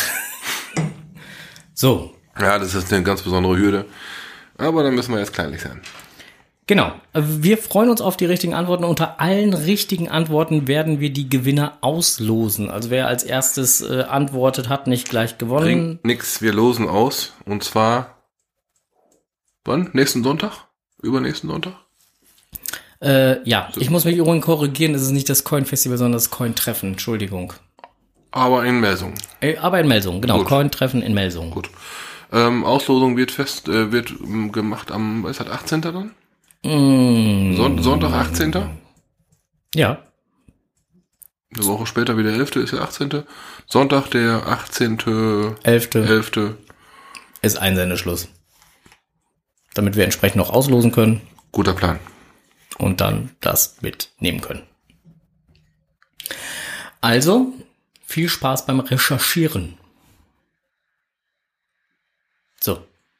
A: So.
B: Ja, das ist eine ganz besondere Hürde. Aber dann müssen wir jetzt kleinlich sein.
A: Genau. Wir freuen uns auf die richtigen Antworten. Unter allen richtigen Antworten werden wir die Gewinner auslosen. Also wer als erstes äh, antwortet, hat nicht gleich gewonnen.
B: Bringt nix, wir losen aus. Und zwar wann? Nächsten Sonntag? Übernächsten Sonntag?
A: Äh, ja, ich muss mich übrigens korrigieren. Es ist nicht das Coin-Festival, sondern das Coin-Treffen. Entschuldigung.
B: Aber in Melsung.
A: Äh, aber in Melsung, genau.
B: Gut.
A: Coin-Treffen in Melsung.
B: Gut. Ähm, Auslosung wird fest, äh, wird ähm, gemacht am, was ist das, achtzehnten dann?
A: Mm.
B: Son- Sonntag, achtzehnten
A: Ja.
B: Eine Woche später wieder elfte ist der achtzehnte Sonntag, der achtzehnte
A: Elfte
B: elfte
A: ist Einsendeschluss. Damit wir entsprechend noch auslosen können
B: Guter Plan.
A: und dann das mitnehmen können. Also, viel Spaß beim Recherchieren. So.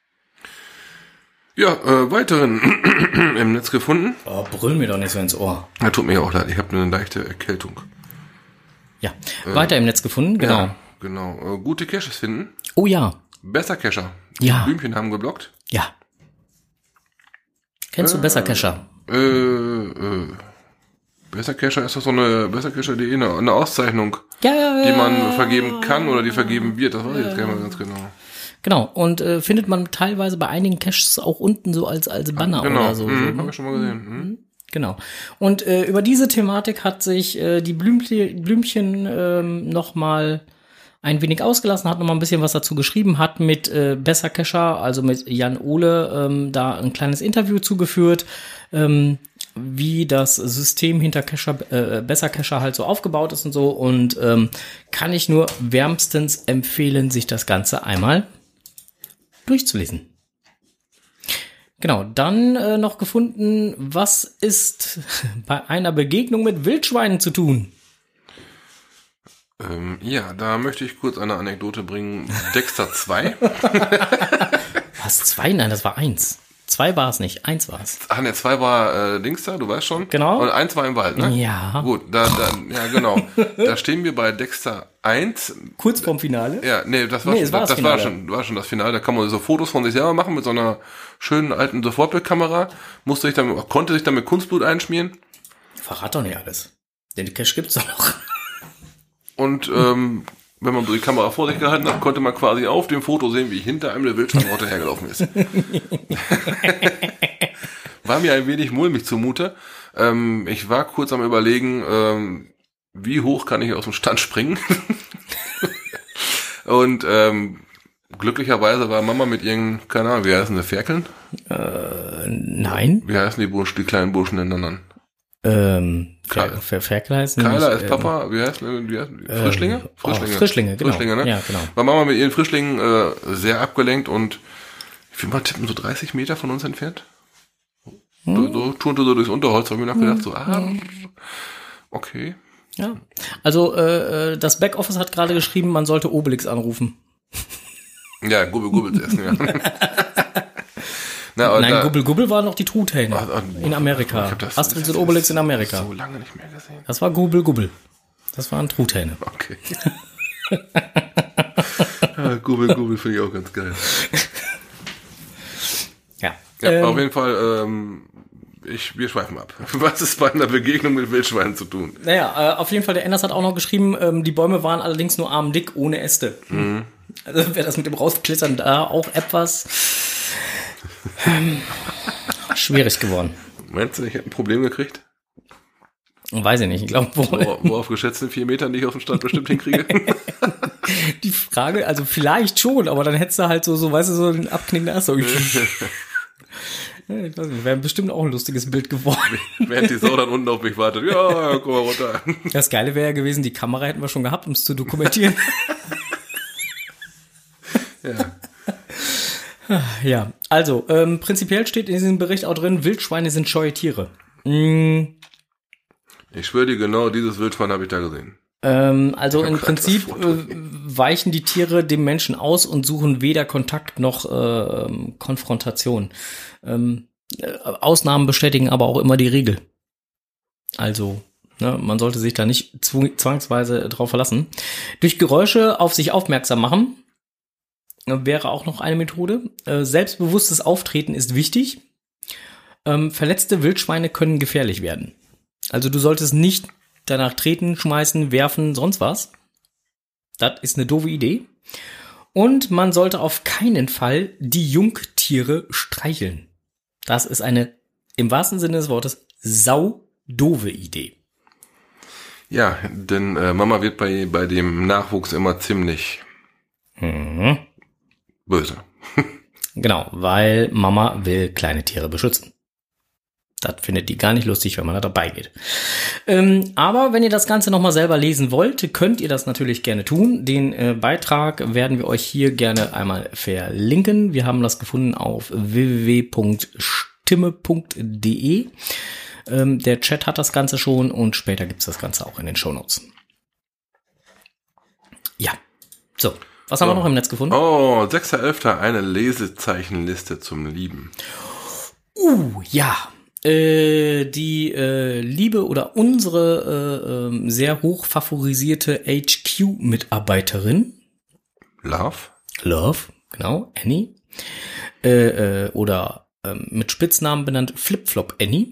B: Ja, äh, weiteren im Netz gefunden.
A: Oh, brüll mir doch nicht so ins Ohr.
B: Ja, tut mir auch leid, ich habe eine leichte Erkältung.
A: Ja, weiter im Netz gefunden, genau.
B: Ja, genau. Äh, gute Caches finden.
A: Oh ja,
B: Besser Cacher.
A: Ja.
B: Die Blümchen haben geblockt.
A: ja. Kennst du besser Cacher?
B: Äh, äh, Besser Cacher ist das so eine Besser Cacher punkt de, eine, eine Auszeichnung,
A: Ja, ja, ja.
B: die man vergeben kann oder die vergeben wird. Das weiß ich jetzt gar nicht mehr ganz genau.
A: Genau, und äh, findet man teilweise bei einigen Caches auch unten so als, als Banner
B: Genau,
A: oder so.
B: mhm,
A: so,
B: habe ich schon mal gesehen. Mhm.
A: Genau. Und äh, über diese Thematik hat sich äh, die Blümchen, Blümchen ähm, nochmal ein wenig ausgelassen, hat nochmal ein bisschen was dazu geschrieben, hat mit äh, Besser Cacher, also mit Jan Ole, ähm, da ein kleines Interview zugeführt, ähm, wie das System hinter Cacher, äh, Besser Cacher halt so aufgebaut ist und so. Und ähm, kann ich nur wärmstens empfehlen, sich das Ganze einmal durchzulesen. Genau, dann äh, noch gefunden, was ist bei einer Begegnung mit Wildschweinen zu tun?
B: Ähm, ja, da möchte ich kurz eine Anekdote bringen. Dexter zwei.
A: Was, zwei? Nein, das war eins. Zwei war es nicht, eins war es.
B: Ach ne, zwei war äh, Dings da, du weißt schon.
A: Genau.
B: Und eins war im Wald, ne?
A: Ja.
B: Gut, da, da, ja genau. Da stehen wir bei Dexter eins.
A: Kurz vorm Finale?
B: Ja, nee, das war,
A: Nee,
B: schon,
A: es war
B: das,
A: das
B: das war
A: Finale.
B: schon, war schon das Finale. Da kann man so Fotos von sich selber machen mit so einer schönen alten Sofortbildkamera. Musste sich dann, konnte sich dann mit Kunstblut einschmieren.
A: Verrat doch nicht alles. Den Cache gibt's doch noch.
B: Und ähm, wenn man so die Kamera vor sich gehalten hat, konnte man quasi auf dem Foto sehen, wie hinter einem der Wildschweinrotte hergelaufen ist. War mir ein wenig mulmig zumute. Ähm, ich war kurz am Überlegen, ähm, wie hoch kann ich aus dem Stand springen? Und ähm, glücklicherweise war Mama mit ihren, keine Ahnung, wie heißen sie, Ferkeln?
A: Äh, nein.
B: Wie heißen die Burschen, die kleinen Burschen denn dann?
A: Ähm,
B: Kei-
A: Fer Fer Ferkel heißen
B: Kyla
A: nicht,
B: ist
A: ähm,
B: Papa, wie heißen, wie heißen die? Frischlinge?
A: Ähm, oh, Frischlinge, genau.
B: Frischlinge, ne?
A: Ja, genau.
B: War Mama mit ihren Frischlingen äh, sehr abgelenkt und ich will mal tippen, so dreißig Meter von uns entfernt.
A: Hm.
B: So, so turnte so durchs Unterholz, habe ich mir nachgedacht, so, ah, okay.
A: Ja. Also äh, das Backoffice hat gerade geschrieben, man sollte Obelix anrufen.
B: Ja, Gubbel Gubbels essen, ja. Na, aber
A: Nein,
B: da,
A: Gubbel Gubbel waren noch die Truthähne
B: Ah, ah,
A: in Amerika.
B: ich hab das-
A: Asterix
B: das
A: und
B: ist
A: Obelix in Amerika.
B: so lange nicht mehr gesehen.
A: Das war Gubbel Gubbel. Das waren Truthähne.
B: Okay. Ja, Gubbel Gubbel finde ich auch ganz geil.
A: Ja.
B: Ja,
A: ähm,
B: auf jeden Fall, ähm, ich, wir schweifen ab. Was ist bei einer Begegnung mit Wildschweinen zu tun?
A: Naja, äh, auf jeden Fall, der Enders hat auch noch geschrieben, ähm, die Bäume waren allerdings nur armdick, ohne Äste.
B: Mhm.
A: Also wäre das mit dem Rausklettern da auch etwas ähm, schwierig geworden.
B: Meinst du, ich hätte ein Problem gekriegt?
A: Weiß ich nicht, ich glaube wohl.
B: Wo, wo auf geschätzten vier Metern, die ich auf dem Stand bestimmt hinkriege?
A: Die Frage, also vielleicht schon, aber dann hättest du halt so, so, weißt du, so einen abknickenden Ast. Ich weiß nicht, wäre bestimmt auch ein lustiges Bild geworden.
B: Während die Sau dann unten auf mich wartet. Ja, komm mal runter.
A: Das Geile wäre ja gewesen, die Kamera hätten wir schon gehabt, um es zu dokumentieren.
B: Ja.
A: Ja, also, ähm, prinzipiell steht in diesem Bericht auch drin, Wildschweine sind scheue Tiere. Mm.
B: Ich schwöre dir, genau dieses Wildschwein habe ich da gesehen.
A: Ähm, also
B: Ich hab
A: im
B: grad
A: Prinzip
B: das Foto.
A: äh, weichen die Tiere dem Menschen aus und suchen weder Kontakt noch äh, Konfrontation. Ähm, äh, Ausnahmen bestätigen aber auch immer die Regel. Also, ne, man sollte sich da nicht zw- zwangsweise drauf verlassen. Durch Geräusche auf sich aufmerksam machen äh, wäre auch noch eine Methode. Äh, selbstbewusstes Auftreten ist wichtig. Ähm, verletzte Wildschweine können gefährlich werden. Also du solltest nicht danach treten, schmeißen, werfen, sonst was. Das ist eine doofe Idee. Und man sollte auf keinen Fall die Jungtiere streicheln. Das ist eine, im wahrsten Sinne des Wortes, sau-doofe Idee.
B: Ja, denn äh, Mama wird bei, bei dem Nachwuchs immer ziemlich
A: Mhm.
B: böse.
A: Genau, weil Mama will kleine Tiere beschützen. Das findet die gar nicht lustig, wenn man da dabei geht. Ähm, aber wenn ihr das Ganze nochmal selber lesen wollt, könnt ihr das natürlich gerne tun. Den äh, Beitrag werden wir euch hier gerne einmal verlinken. Wir haben das gefunden auf w w w punkt stimme punkt d e. Ähm, der Chat hat das Ganze schon und später gibt's das Ganze auch in den Shownotes. Ja, so. Was haben wir noch im Netz gefunden?
B: Oh, sechster elfter eine Lesezeichenliste zum Lieben.
A: Uh, ja. Äh, die äh, liebe oder unsere äh, äh, sehr hoch favorisierte H Q-Mitarbeiterin.
B: Love?
A: Love, genau, Annie. Äh, äh, oder äh, mit Spitznamen benannt Flip-Flop Annie.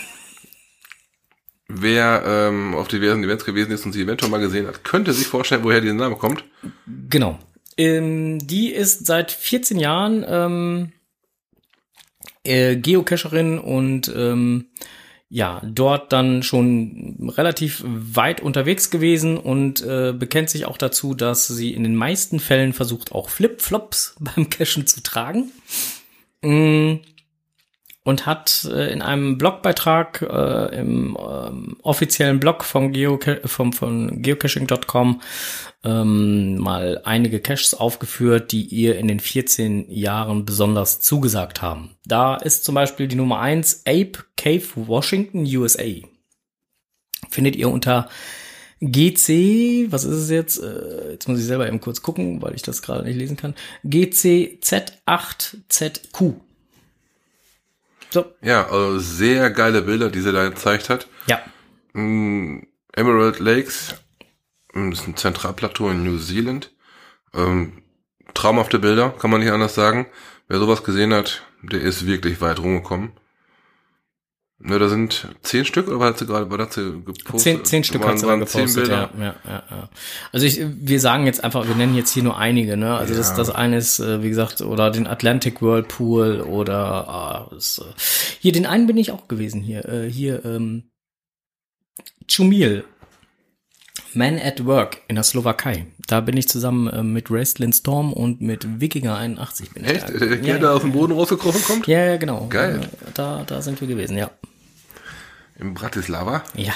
B: Wer ähm, auf diversen Events gewesen ist und sie eventuell mal gesehen hat, könnte sich vorstellen, woher dieser Name kommt.
A: Genau. Ähm, die ist seit vierzehn Jahren ähm, äh, Geocacherin und ähm, ja, dort dann schon relativ weit unterwegs gewesen und äh, bekennt sich auch dazu, dass sie in den meisten Fällen versucht, auch Flip-Flops beim Cachen zu tragen. Mm. Und hat äh, in einem Blogbeitrag äh, im ähm, offiziellen Blog von, Geoca- vom, von geocaching Punkt com ähm, mal einige Caches aufgeführt, die ihr in den vierzehn Jahren besonders zugesagt haben. Da ist zum Beispiel die Nummer eins Ape Cave, Washington, U S A. Findet ihr unter G C, was ist es jetzt? Äh, jetzt muss ich selber eben kurz gucken, weil ich das gerade nicht lesen kann. G C Z acht Z Q. So.
B: Ja, also sehr geile Bilder, die sie da gezeigt hat.
A: Ja.
B: Mm, Emerald Lakes, das ist ein Zentralplateau in New Zealand. Ähm, traumhafte Bilder, kann man nicht anders sagen. Wer sowas gesehen hat, der ist wirklich weit rumgekommen. Ne, da sind zehn Stück, oder hat sie gerade, war das sie gepostet?
A: Zehn, zehn Stück
B: waren,
A: hat sie da
B: waren
A: gepostet,
B: zehn
A: ja,
B: Bilder.
A: ja, ja, ja. Also ich, wir sagen jetzt einfach, wir nennen jetzt hier nur einige, ne? Also
B: Ja.
A: das, das eine ist, äh, wie gesagt, oder den Atlantic Whirlpool oder ah, das, äh, hier, den einen bin ich auch gewesen hier, äh, hier, ähm, Chumil, Man at Work in der Slowakei. Da bin ich zusammen äh, mit Raistlin Storm und mit Wikinger einundachtzig bin ich
B: Echt?
A: da.
B: Der Kerl,
A: Ja,
B: der aus dem Boden rausgekrochen kommt?
A: ja, ja, genau.
B: Geil.
A: Äh, Da, da sind wir gewesen, ja.
B: In Bratislava?
A: Ja.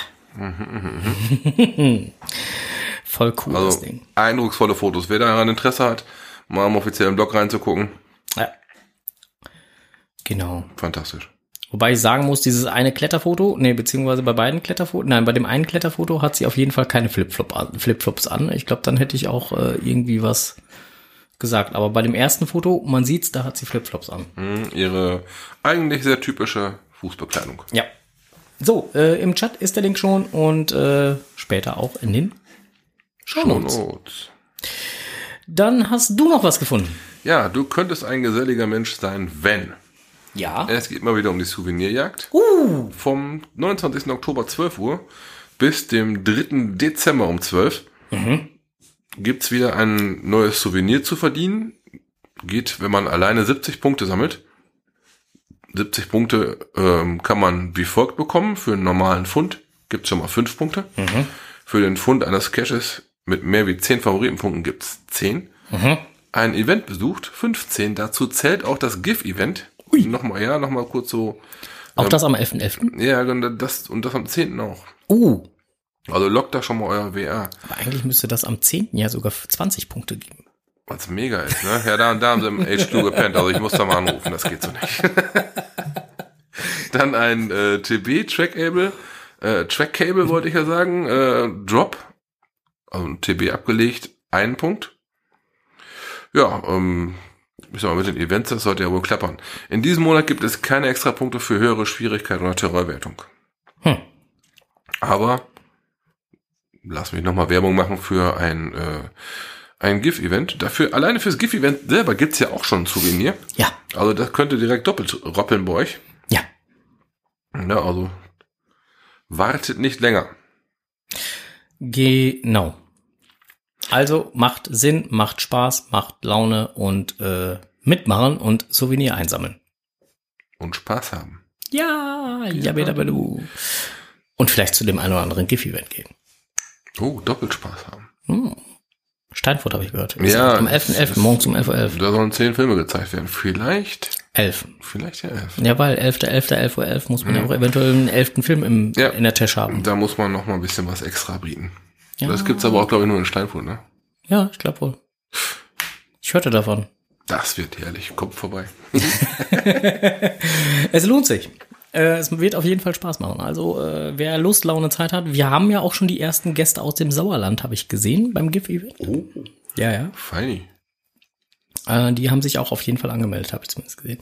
A: Voll cool, das
B: Also
A: Ding.
B: eindrucksvolle Fotos. Wer daran Interesse hat, mal im offiziellen Blog reinzugucken.
A: Ja. Genau.
B: Fantastisch.
A: Wobei ich sagen muss, dieses eine Kletterfoto, nee, beziehungsweise bei beiden Kletterfotos, nein, bei dem einen Kletterfoto hat sie auf jeden Fall keine Flipflop an, Flipflops an. Ich glaube, dann hätte ich auch äh, irgendwie was gesagt. Aber bei dem ersten Foto, man sieht's, da hat sie Flipflops an.
B: Mhm, ihre eigentlich sehr typische Fußbekleidung.
A: Ja. So, äh, im Chat ist der Link schon und äh, später auch in den Shownotes.
B: Shownotes.
A: Dann hast du noch was gefunden.
B: Ja, du könntest ein geselliger Mensch sein, wenn.
A: Ja.
B: Es geht mal wieder um die Souvenirjagd.
A: Uh.
B: Vom neunundzwanzigsten Oktober zwölf Uhr bis dem dritten Dezember um zwölf
A: Mhm.
B: gibt's wieder ein neues Souvenir zu verdienen. Geht, wenn man alleine siebzig Punkte sammelt. siebzig Punkte ähm, kann man wie folgt bekommen. Für einen normalen Pfund gibt's schon mal fünf Punkte.
A: Mhm.
B: Für den Pfund eines Caches mit mehr wie zehn Favoritenpunkten gibt's zehn.
A: Mhm.
B: Ein Event besucht, fünfzehn. Dazu zählt auch das GIF-Event. Nochmal, ja, nochmal kurz so.
A: Auch
B: ähm,
A: das am elften elften
B: Ja, und das, und das am zehnten auch.
A: Uh.
B: Also lockt da schon mal euer W R.
A: Aber eigentlich müsste das am zehnten ja sogar zwanzig Punkte geben.
B: Was mega ist, ne? Ja, da, da haben sie im H Q gepennt, also ich muss da mal anrufen, das geht so nicht. Dann ein äh, T B-Trackable, äh, Trackcable wollte ich ja sagen, äh, Drop, also ein T B abgelegt, einen Punkt. Ja, ähm, ich sag mal, mit den Events, das sollte ja wohl klappern. In diesem Monat gibt es keine extra Punkte für höhere Schwierigkeit oder Terrorwertung.
A: Hm.
B: Aber lass mich nochmal Werbung machen für ein äh, ein GIF-Event. Dafür, alleine fürs GIF-Event selber gibt's ja auch schon ein Souvenir.
A: Ja.
B: Also das könnte direkt doppelt roppeln bei euch.
A: Ja.
B: Ja, also wartet nicht länger.
A: Genau. Also macht Sinn, macht Spaß, macht Laune und äh, mitmachen und Souvenir einsammeln.
B: Und Spaß haben.
A: Ja, ja, bitte, bitte. Und vielleicht zu dem einen oder anderen GIF-Event gehen.
B: Oh, doppelt Spaß haben.
A: Hm. Steinfurt habe ich gehört.
B: Ja.
A: Am elften elften morgens um elf Uhr elf.
B: Da sollen zehn Filme gezeigt werden. Vielleicht.
A: elf.
B: Vielleicht ja elf.
A: Ja, weil elfter elfter elf Uhr elf muss man ja auch eventuell einen elften Film im,
B: Ja.
A: in der Tasche haben.
B: Da muss man noch mal ein bisschen was extra bieten.
A: Ja.
B: Das gibt's aber auch, glaube ich, nur in Steinfurt, ne?
A: Ja, ich glaube wohl. Ich hörte davon.
B: Das wird herrlich. Kommt vorbei.
A: Es lohnt sich. Äh, es wird auf jeden Fall Spaß machen. Also, äh, wer Lust, Laune, Zeit hat. Wir haben ja auch schon die ersten Gäste aus dem Sauerland, habe ich gesehen, beim GIF-Event.
B: Oh.
A: Ja, ja.
B: Feini.
A: Äh, die haben sich auch auf jeden Fall angemeldet, habe ich zumindest gesehen.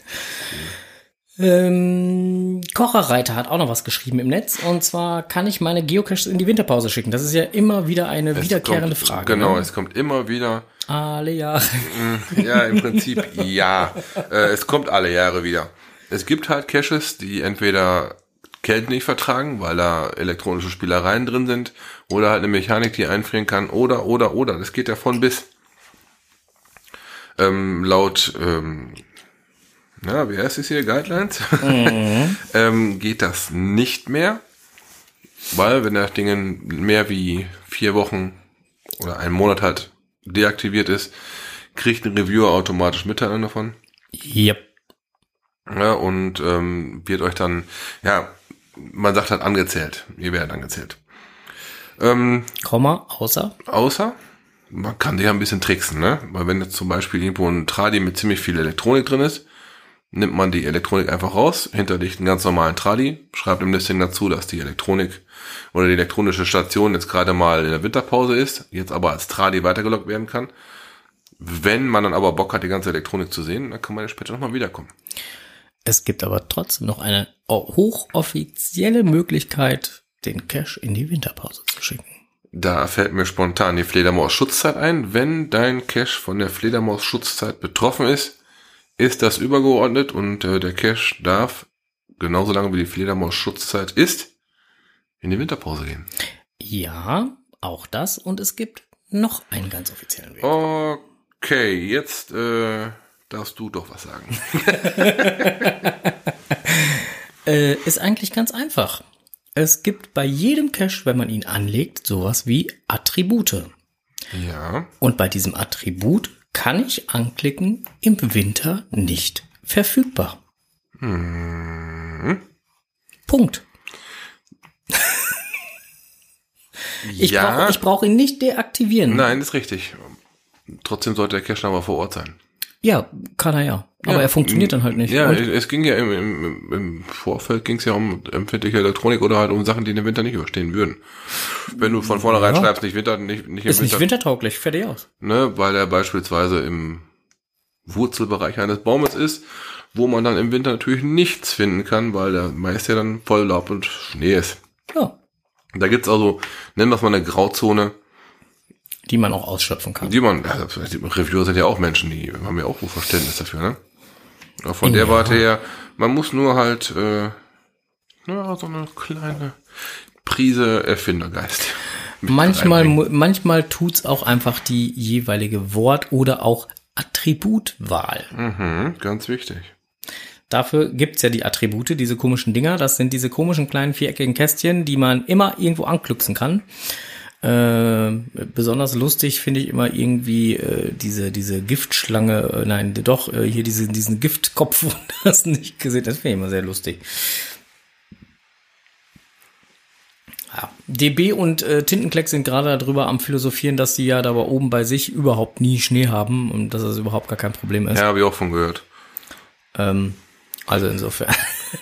A: Ähm, Kocherreiter hat auch noch was geschrieben im Netz. Und zwar, kann ich meine Geocaches in die Winterpause schicken? Das ist ja immer wieder eine
B: Es
A: wiederkehrende
B: kommt,
A: Frage.
B: Genau,
A: ne?
B: es kommt immer wieder.
A: Alle Jahre.
B: Ja, im Prinzip ja. Äh, es kommt alle Jahre wieder. Es gibt halt Caches, die entweder Kälte nicht vertragen, weil da elektronische Spielereien drin sind, oder halt eine Mechanik, die einfrieren kann, oder, oder, oder. Das geht ja von bis. Ähm, laut, ähm, na, wie heißt es hier, Guidelines? Mhm. ähm, geht das nicht mehr, weil wenn das Ding mehr wie vier Wochen oder einen Monat halt deaktiviert ist, kriegt ein Reviewer automatisch Mitteilung davon.
A: Yep.
B: Ja, und ähm, wird euch dann, ja, man sagt halt angezählt. Ihr werdet angezählt. Ähm,
A: Komma, außer?
B: Außer, man kann sich ja ein bisschen tricksen, ne? Weil wenn jetzt zum Beispiel irgendwo ein Tradi mit ziemlich viel Elektronik drin ist, nimmt man die Elektronik einfach raus, hinterlegt einen ganz normalen Tradi, schreibt im Listing dazu, dass die Elektronik oder die elektronische Station jetzt gerade mal in der Winterpause ist, jetzt aber als Tradi weitergelockt werden kann. Wenn man dann aber Bock hat, die ganze Elektronik zu sehen, dann kann man ja später nochmal wiederkommen.
A: Es gibt aber trotzdem noch eine hochoffizielle Möglichkeit, den Cache in die Winterpause zu schicken.
B: Da fällt mir spontan die Fledermaus-Schutzzeit ein. Wenn dein Cache von der Fledermaus-Schutzzeit betroffen ist, ist das übergeordnet und äh, der Cache darf, genauso lange wie die Fledermaus-Schutzzeit ist, in die Winterpause gehen.
A: Ja, auch das. Und es gibt noch einen ganz offiziellen Weg.
B: Okay, jetzt äh, darfst du doch was sagen.
A: äh, ist eigentlich ganz einfach. Es gibt bei jedem Cache, wenn man ihn anlegt, sowas wie Attribute.
B: Ja.
A: Und bei diesem Attribut kann ich anklicken, im Winter nicht verfügbar.
B: Hm.
A: Punkt. Ich
B: ja.
A: brauche ich brauch ihn nicht deaktivieren.
B: Nein, ist richtig. Trotzdem sollte der Cache aber vor Ort sein.
A: Ja, kann er ja. Aber
B: ja,
A: er funktioniert dann halt nicht.
B: Ja,
A: Und
B: es ging ja im, im, im Vorfeld ging es ja um empfindliche Elektronik oder halt um Sachen, die den Winter nicht überstehen würden. Wenn du von vornherein
A: ja.
B: schreibst, nicht Winter, nicht, nicht im
A: ist
B: Winter.
A: nicht wintertauglich, fertig aus.
B: Ne, weil er beispielsweise im Wurzelbereich eines Baumes ist, wo man dann im Winter natürlich nichts finden kann, weil der meist ja dann voll Laub und Schnee ist.
A: Ja.
B: Da gibt's also, nennen wir es mal eine Grauzone,
A: Die man auch ausschöpfen kann.
B: die man, ja, die Reviewer sind ja auch Menschen, die haben ja auch Verständnis dafür, ne? Aber von
A: Ja.
B: der Warte her, man muss nur halt, äh, na, so eine kleine Prise Erfindergeist. mit
A: Manchmal,
B: reinbringen.
A: mu- manchmal tut's auch einfach die jeweilige Wort- oder auch Attributwahl.
B: Mhm, ganz wichtig.
A: Dafür gibt's ja die Attribute, diese komischen Dinger. Das sind diese komischen kleinen viereckigen Kästchen, die man immer irgendwo anklicksen kann. Äh, besonders lustig finde ich immer irgendwie äh, diese diese Giftschlange, äh, nein, doch, äh, hier diese, diesen Giftkopf, und das nicht gesehen, das finde ich immer sehr lustig. Ja. D B und äh, Tintenklecks sind gerade darüber am Philosophieren, dass sie ja da oben bei sich überhaupt nie Schnee haben und dass das überhaupt gar kein Problem ist.
B: Ja, habe ich auch von gehört.
A: Ähm, also insofern.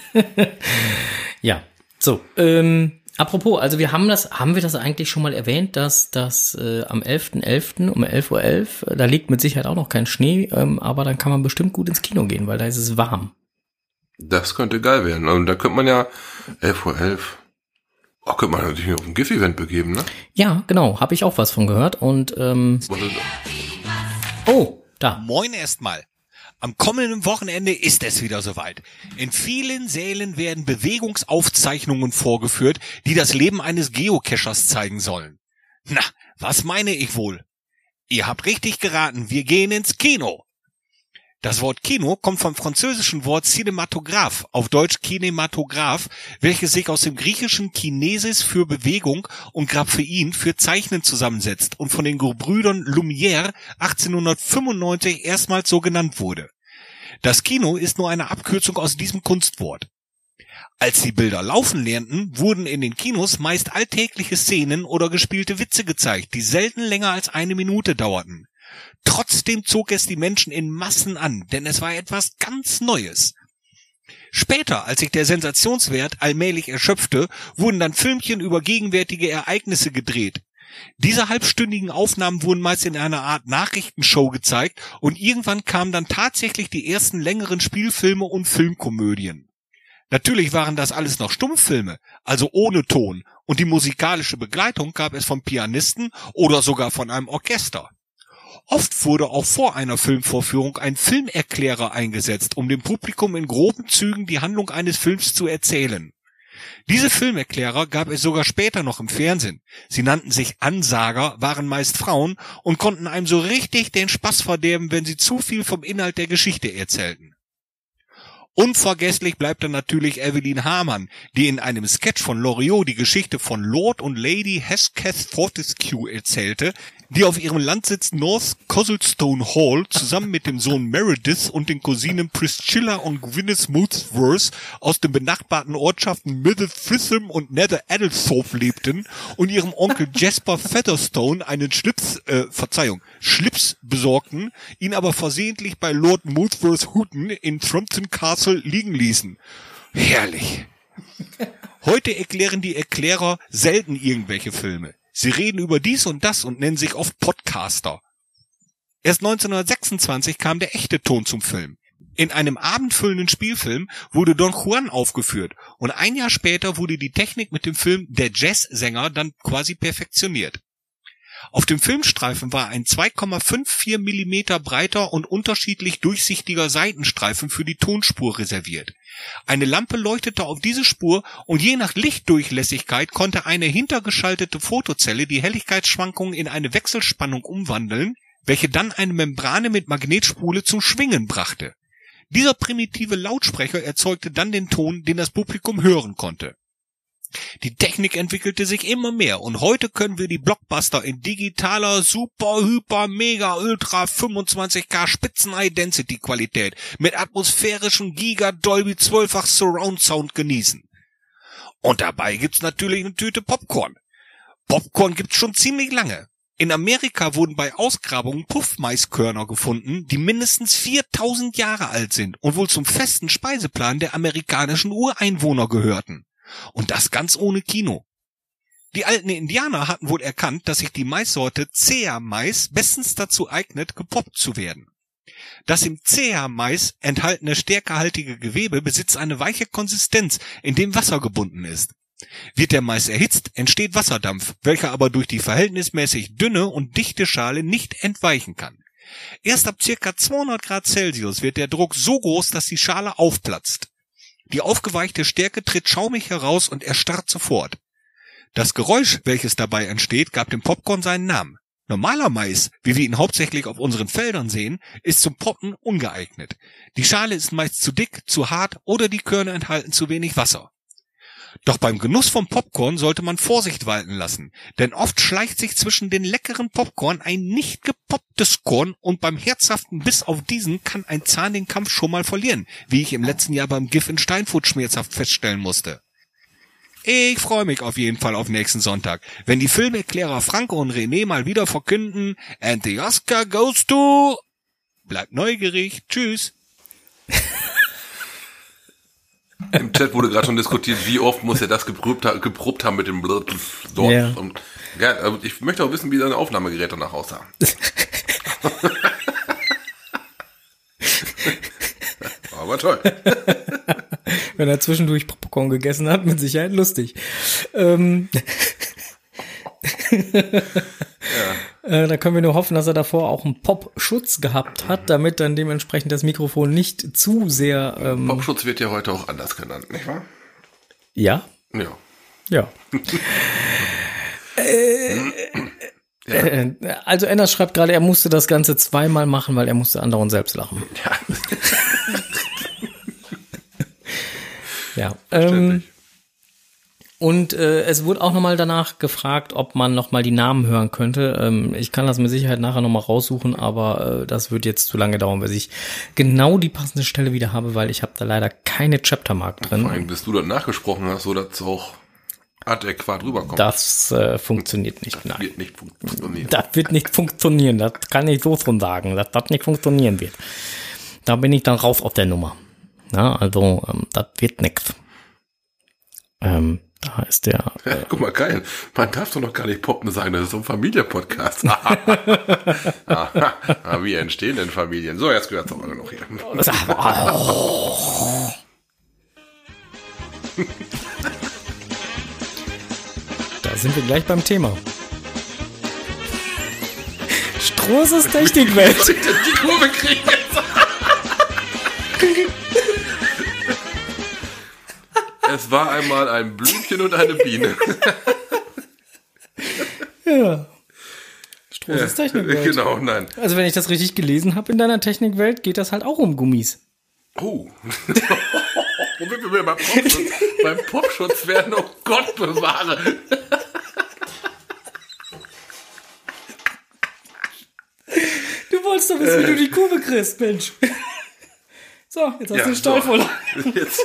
A: Ja, so, ähm, apropos, also wir haben das, haben wir das eigentlich schon mal erwähnt, dass das äh, am elften elften um elf Uhr elf, da liegt mit Sicherheit auch noch kein Schnee, ähm, aber dann kann man bestimmt gut ins Kino gehen, weil da ist es warm.
B: Das könnte geil werden. Und da könnte man ja elf Uhr elf, oh, könnte man natürlich auf ein GIF-Event begeben, ne?
A: Ja, genau, habe ich auch was von gehört und ähm, oh, da.
H: Moin erstmal. Am kommenden Wochenende ist es wieder soweit. In vielen Sälen werden Bewegungsaufzeichnungen vorgeführt, die das Leben eines Geocachers zeigen sollen. Na, was meine ich wohl? Ihr habt richtig geraten, wir gehen ins Kino. Das Wort Kino kommt vom französischen Wort Cinematograph, auf Deutsch Kinematograph, welches sich aus dem griechischen Kinesis für Bewegung und Graphein für Zeichnen zusammensetzt und von den Gebrüdern Lumière achtzehnhundertfünfundneunzig erstmals so genannt wurde. Das Kino ist nur eine Abkürzung aus diesem Kunstwort. Als die Bilder laufen lernten, wurden in den Kinos meist alltägliche Szenen oder gespielte Witze gezeigt, die selten länger als eine Minute dauerten. Trotzdem zog es die Menschen in Massen an, denn es war etwas ganz Neues. Später, als sich der Sensationswert allmählich erschöpfte, wurden dann Filmchen über gegenwärtige Ereignisse gedreht. Diese halbstündigen Aufnahmen wurden meist in einer Art Nachrichtenshow gezeigt und irgendwann kamen dann tatsächlich die ersten längeren Spielfilme und Filmkomödien. Natürlich waren das alles noch Stummfilme, also ohne Ton, und die musikalische Begleitung gab es vom Pianisten oder sogar von einem Orchester. Oft wurde auch vor einer Filmvorführung ein Filmerklärer eingesetzt, um dem Publikum in groben Zügen die Handlung eines Films zu erzählen. Diese Filmerklärer gab es sogar später noch im Fernsehen. Sie nannten sich Ansager, waren meist Frauen und konnten einem so richtig den Spaß verderben, wenn sie zu viel vom Inhalt der Geschichte erzählten. Unvergesslich bleibt dann natürlich Evelyn Hamann, die in einem Sketch von Loriot die Geschichte von Lord und Lady Hesketh Fortescue erzählte, die auf ihrem Landsitz North Cosselstone Hall zusammen mit dem Sohn Meredith und den Cousinen Priscilla und Gwyneth Mouthworth aus den benachbarten Ortschaften Middle Fritham und Nether Adelsthorpe lebten und ihrem Onkel Jasper Featherstone einen Schlips, äh, Verzeihung, Schlips besorgten, ihn aber versehentlich bei Lord Mouthworth Houghton in Trompton Castle liegen ließen. Herrlich. Heute erklären die Erklärer selten irgendwelche Filme. Sie reden über dies und das und nennen sich oft Podcaster. Erst neunzehnhundertsechsundzwanzig kam der echte Ton zum Film. In einem abendfüllenden Spielfilm wurde Don Juan aufgeführt und ein Jahr später wurde die Technik mit dem Film Der Jazzsänger dann quasi perfektioniert. Auf dem Filmstreifen war ein zwei Komma vierundfünfzig Millimeter breiter und unterschiedlich durchsichtiger Seitenstreifen für die Tonspur reserviert. Eine Lampe leuchtete auf diese Spur und je nach Lichtdurchlässigkeit konnte eine hintergeschaltete Fotozelle die Helligkeitsschwankungen in eine Wechselspannung umwandeln, welche dann eine Membrane mit Magnetspule zum Schwingen brachte. Dieser primitive Lautsprecher erzeugte dann den Ton, den das Publikum hören konnte. Die Technik entwickelte sich immer mehr und heute können wir die Blockbuster in digitaler Super Hyper Mega Ultra fünfundzwanzig K Spitzen High Density Qualität mit atmosphärischem Giga Dolby zwölffach Surround Sound genießen. Und dabei gibt's natürlich eine Tüte Popcorn. Popcorn gibt's schon ziemlich lange. In Amerika wurden bei Ausgrabungen Puffmaiskörner gefunden, die mindestens viertausend Jahre alt sind und wohl zum festen Speiseplan der amerikanischen Ureinwohner gehörten. Und das ganz ohne Kino. Die alten Indianer hatten wohl erkannt, dass sich die Maissorte Zea-Mais bestens dazu eignet, gepoppt zu werden. Das im Zea-Mais enthaltene stärkehaltige Gewebe besitzt eine weiche Konsistenz, in dem Wasser gebunden ist. Wird der Mais erhitzt, entsteht Wasserdampf, welcher aber durch die verhältnismäßig dünne und dichte Schale nicht entweichen kann. Erst ab circa zweihundert Grad Celsius wird der Druck so groß, dass die Schale aufplatzt. Die aufgeweichte Stärke tritt schaumig heraus und erstarrt sofort. Das Geräusch, welches dabei entsteht, gab dem Popcorn seinen Namen. Normaler Mais, wie wir ihn hauptsächlich auf unseren Feldern sehen, ist zum Poppen ungeeignet. Die Schale ist meist zu dick, zu hart oder die Körner enthalten zu wenig Wasser. Doch beim Genuss vom Popcorn sollte man Vorsicht walten lassen, denn oft schleicht sich zwischen den leckeren Popcorn ein nicht gepopptes Korn und beim herzhaften Biss auf diesen kann ein Zahn den Kampf schon mal verlieren, wie ich im letzten Jahr beim GIF in Steinfurt schmerzhaft feststellen musste. Ich freue mich auf jeden Fall auf nächsten Sonntag, wenn die Filmerklärer Franco und René mal wieder verkünden, and the Oscar goes to... Bleibt neugierig. Tschüss.
B: Im Chat wurde gerade schon diskutiert, wie oft muss er das geprobt, geprobt haben mit dem Blub dort.
A: Ja.
B: Und, ja, ich möchte auch wissen, wie seine Aufnahmegeräte danach aussahen. Aber toll.
A: Wenn er zwischendurch Popcorn gegessen hat, mit Sicherheit lustig. Ähm
B: ja.
A: äh, da können wir nur hoffen, dass er davor auch einen Popschutz gehabt hat, damit dann dementsprechend das Mikrofon nicht zu sehr... Ähm
B: Popschutz wird ja heute auch anders genannt, nicht wahr?
A: Ja?
B: Ja.
A: Ja. äh,
B: ja.
A: Äh, also Enders schreibt gerade, er musste das Ganze zweimal machen, weil er musste andauernd selbst lachen.
B: Ja.
A: Ja. Ähm, und äh, es wurde auch nochmal danach gefragt, ob man nochmal die Namen hören könnte. Ähm, ich kann das mit Sicherheit nachher nochmal raussuchen, aber äh, das wird jetzt zu lange dauern, bis ich genau die passende Stelle wieder habe, weil ich habe da leider keine Chaptermark drin.
B: Vor allem, bis du dann nachgesprochen hast, so dass es auch adäquat rüberkommt.
A: Das äh, funktioniert nicht.
B: Das
A: Nein.
B: wird nicht funktionieren.
A: Das wird nicht funktionieren. Das kann ich so schon sagen, dass das nicht funktionieren wird. Da bin ich dann raus auf der Nummer. Ja, also, ähm, das wird nix. Ähm, da ist der...
B: Ja, guck mal, geil. Man darf doch noch gar nicht Poppen sagen, das ist so ein Familienpodcast. Aha. Wie entstehen denn Familien? So, jetzt gehört es aber noch hier.
A: Da sind wir gleich beim Thema. Strohses Technikwelt.
B: Soll ich denn die Kurve kriegen jetzt? Es war einmal ein Blümchen und eine Biene.
A: Ja. Strohses ja, Technikwelt.
B: Genau, nein.
A: Also wenn ich das richtig gelesen habe in deiner Technikwelt, geht das halt auch um Gummis.
B: Oh. Womit wir beim Popschutz, beim Popschutz werden, oh Gott bewahre.
A: Du wolltest doch wissen, wie du die Kurve kriegst, Mensch. So, jetzt hast
B: ja,
A: du einen Steilvorlage.
B: So. Jetzt,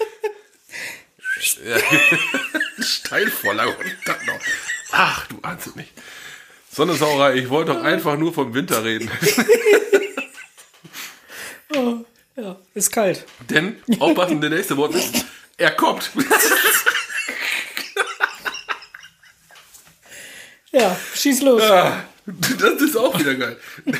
B: ja. Steilvorlage und das noch. Ach, du ahnst es nicht. So eine Sauerei, ich wollte doch einfach nur vom Winter reden.
A: Oh, ja, ist kalt.
B: Denn, aufpassen, der nächste Wort ist, er kommt.
A: Ja, schieß los.
B: Ja, das ist auch wieder geil.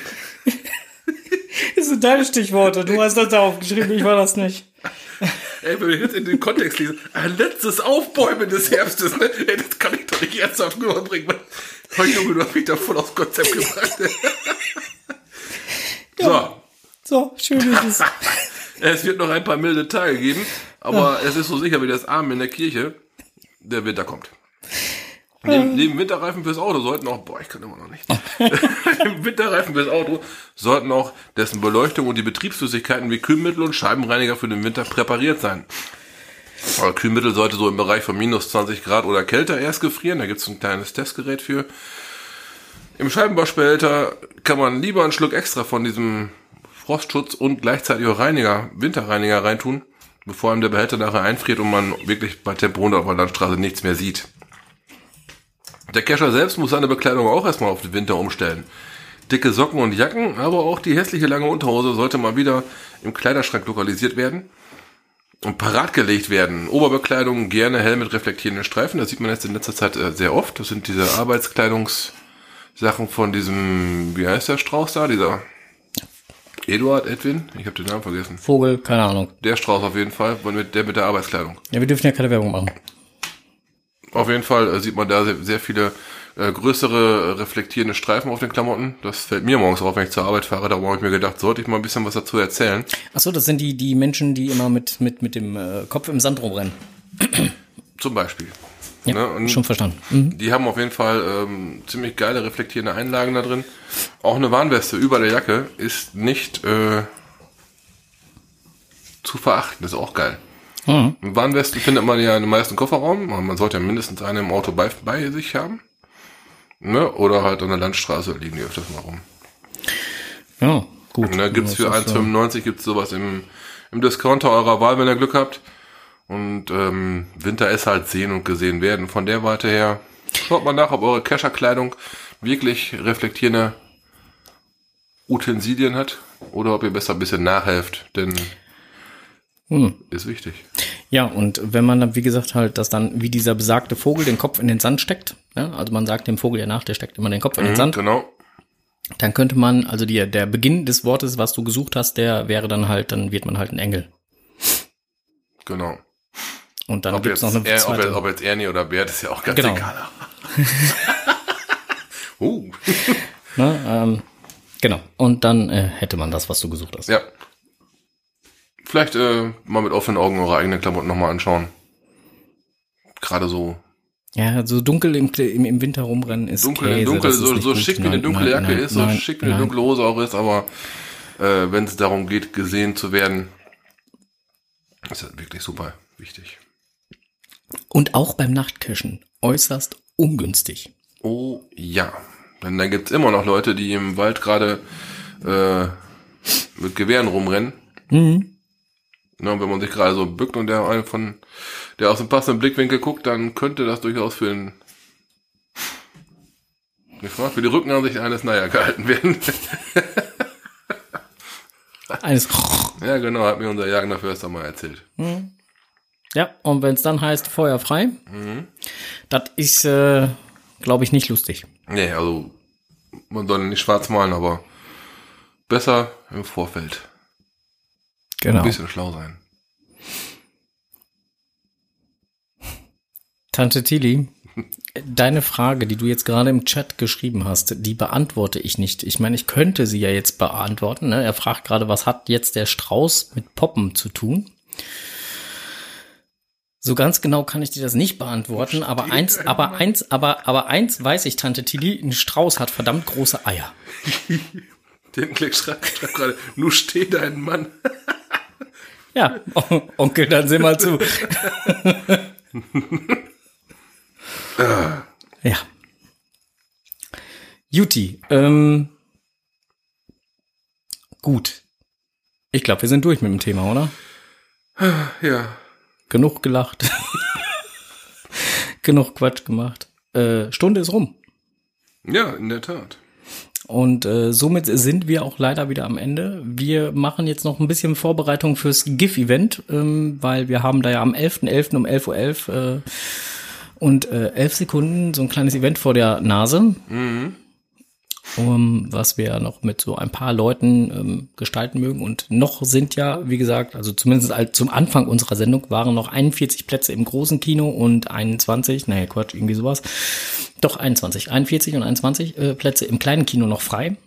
A: Das sind deine Stichworte. Du hast das da aufgeschrieben, ich war das nicht.
B: Ey, wenn ich jetzt in den Kontext lese, ein letztes Aufbäumen des Herbstes, ne? Ey, das kann ich doch nicht ernsthaft rüberbringen. Heute, Junge, du hast mich da voll aufs Konzept gebracht.
A: Ja. So. So, schön ist es.
B: Es wird noch ein paar milde Tage geben, aber ja. Es ist so sicher wie das Abend in der Kirche, der Winter kommt. Neben, neben Winterreifen fürs Auto sollten auch, boah, ich kann immer noch nicht. Neben Winterreifen fürs Auto sollten auch dessen Beleuchtung und die Betriebsflüssigkeiten wie Kühlmittel und Scheibenreiniger für den Winter präpariert sein. Aber Kühlmittel sollte so im Bereich von minus zwanzig Grad oder kälter erst gefrieren. Da gibt es ein kleines Testgerät für. Im Scheibenwaschbehälter kann man lieber einen Schluck extra von diesem Frostschutz und gleichzeitig auch Reiniger, Winterreiniger reintun, bevor einem der Behälter nachher einfriert und man wirklich bei Tempo hundert auf der Landstraße nichts mehr sieht. Der Kescher selbst muss seine Bekleidung auch erstmal auf den Winter umstellen. Dicke Socken und Jacken, aber auch die hässliche lange Unterhose sollte mal wieder im Kleiderschrank lokalisiert werden und parat gelegt werden. Oberbekleidung gerne hell mit reflektierenden Streifen, das sieht man jetzt in letzter Zeit sehr oft. Das sind diese Arbeitskleidungssachen von diesem, wie heißt der Strauß da, dieser Eduard, Edwin? Ich habe den Namen vergessen.
A: Vogel, keine Ahnung.
B: Der Strauß auf jeden Fall, der mit der Arbeitskleidung.
A: Ja, wir dürfen ja keine Werbung machen.
B: Auf jeden Fall äh, sieht man da sehr, sehr viele äh, größere äh, reflektierende Streifen auf den Klamotten. Das fällt mir morgens auf, wenn ich zur Arbeit fahre. Darum habe ich mir gedacht, sollte ich mal ein bisschen was dazu erzählen.
A: Ach so, das sind die die Menschen, die immer mit mit mit dem äh, Kopf im Sand rumrennen.
B: Zum Beispiel.
A: Ja,
B: ne? Und
A: schon verstanden. Mhm.
B: Die haben auf jeden Fall ähm, ziemlich geile reflektierende Einlagen da drin. Auch eine Warnweste über der Jacke ist nicht äh, zu verachten. Das ist auch geil.
A: Mhm.
B: Im Warnwesten findet man ja in den meisten Kofferraum. Man sollte ja mindestens eine im Auto bei, bei sich haben. Ne? Oder halt an der Landstraße liegen die öfters mal rum.
A: Ja, gut.
B: Und da gibt's
A: Das
B: für
A: ist,
B: eins Komma fünfundneunzig gibt's sowas im, im Discounter eurer Wahl, wenn ihr Glück habt. Und ähm, Winter ist halt sehen und gesehen werden. Von der Warte her schaut mal nach, ob eure Kescherkleidung wirklich reflektierende Utensilien hat oder ob ihr besser ein bisschen nachhelft, denn hm. ist wichtig.
A: Ja, und wenn man dann, wie gesagt, halt, dass dann wie dieser besagte Vogel den Kopf in den Sand steckt, ja, also man sagt dem Vogel ja nach, der steckt immer den Kopf in den
B: Mhm,
A: Sand.
B: genau.
A: Dann könnte man, also die, der Beginn des Wortes, was du gesucht hast, der wäre dann halt, dann wird man halt ein Engel.
B: Genau.
A: Und dann
B: Ob
A: gibt's
B: jetzt,
A: noch eine
B: er,
A: zweite.
B: ob, jetzt, ob jetzt Ernie oder Bert, ist ja auch ganz
A: Genau.
B: egal. uh.
A: Ne, ähm, genau. Und dann äh, hätte man das, was du gesucht hast.
B: Ja. Vielleicht äh, mal mit offenen Augen eure eigenen Klamotten nochmal anschauen. Gerade so.
A: Ja, so dunkel im, im, im Winter rumrennen ist
B: Dunkel,
A: Käse,
B: dunkel,
A: das ist
B: so,
A: nicht
B: so
A: gut.
B: schick wie eine
A: Nein,
B: dunkle
A: nein,
B: Jacke
A: nein,
B: ist, so
A: nein,
B: schick wie eine
A: nein.
B: dunkle Hose auch ist, aber äh, wenn es darum geht, gesehen zu werden, ist das wirklich super wichtig.
A: Und auch beim Nachtcachen äußerst ungünstig.
B: Oh ja. Denn dann gibt's immer noch Leute, die im Wald gerade äh, mit Gewehren rumrennen.
A: Mhm.
B: Ja, und wenn man sich gerade so bückt und der eine von der aus dem passenden Blickwinkel guckt, dann könnte das durchaus für den nicht wahr? Für die Rückenansicht eines Naja gehalten werden.
A: Eines.
B: Ja, genau, hat mir unser jagender Förster mal erzählt.
A: Mhm. Ja, und wenn es dann heißt Feuer frei,
B: Mhm.
A: das ist, äh, glaube ich, nicht lustig.
B: Nee, also man soll nicht schwarz malen, aber besser im Vorfeld.
A: Genau.
B: Ein bisschen schlau sein.
A: Tante Tilly, deine Frage, die du jetzt gerade im Chat geschrieben hast, die beantworte ich nicht. Ich meine, ich könnte sie ja jetzt beantworten. Ne? Er fragt gerade, was hat jetzt der Strauß mit Poppen zu tun? So ganz genau kann ich dir das nicht beantworten, aber eins, aber eins, aber, aber eins weiß ich, Tante Tilly, ein Strauß hat verdammt große Eier.
B: Den Klick schreibt, schreibt gerade, nur steh dein Mann.
A: Ja, Onkel, dann sieh mal zu. Ja. Juti, ähm, gut. Ich glaube, wir sind durch mit dem Thema, oder?
B: Ja.
A: Genug gelacht. Genug Quatsch gemacht. Äh, Stunde ist rum.
B: Ja, in der Tat.
A: Und äh, somit sind wir auch leider wieder am Ende. Wir machen jetzt noch ein bisschen Vorbereitung fürs GIF-Event, ähm, weil wir haben da ja am elften elften um elf Uhr elf äh, und äh, elf Sekunden so ein kleines Event vor der Nase,
B: Mhm.
A: um, was wir noch mit so ein paar Leuten ähm, gestalten mögen. Und noch sind ja, wie gesagt, also zumindest als zum Anfang unserer Sendung waren noch einundvierzig Plätze im großen Kino und einundzwanzig, nee, Quatsch, irgendwie sowas. Doch, einundzwanzig, einundvierzig und einundzwanzig äh, Plätze im kleinen Kino noch frei.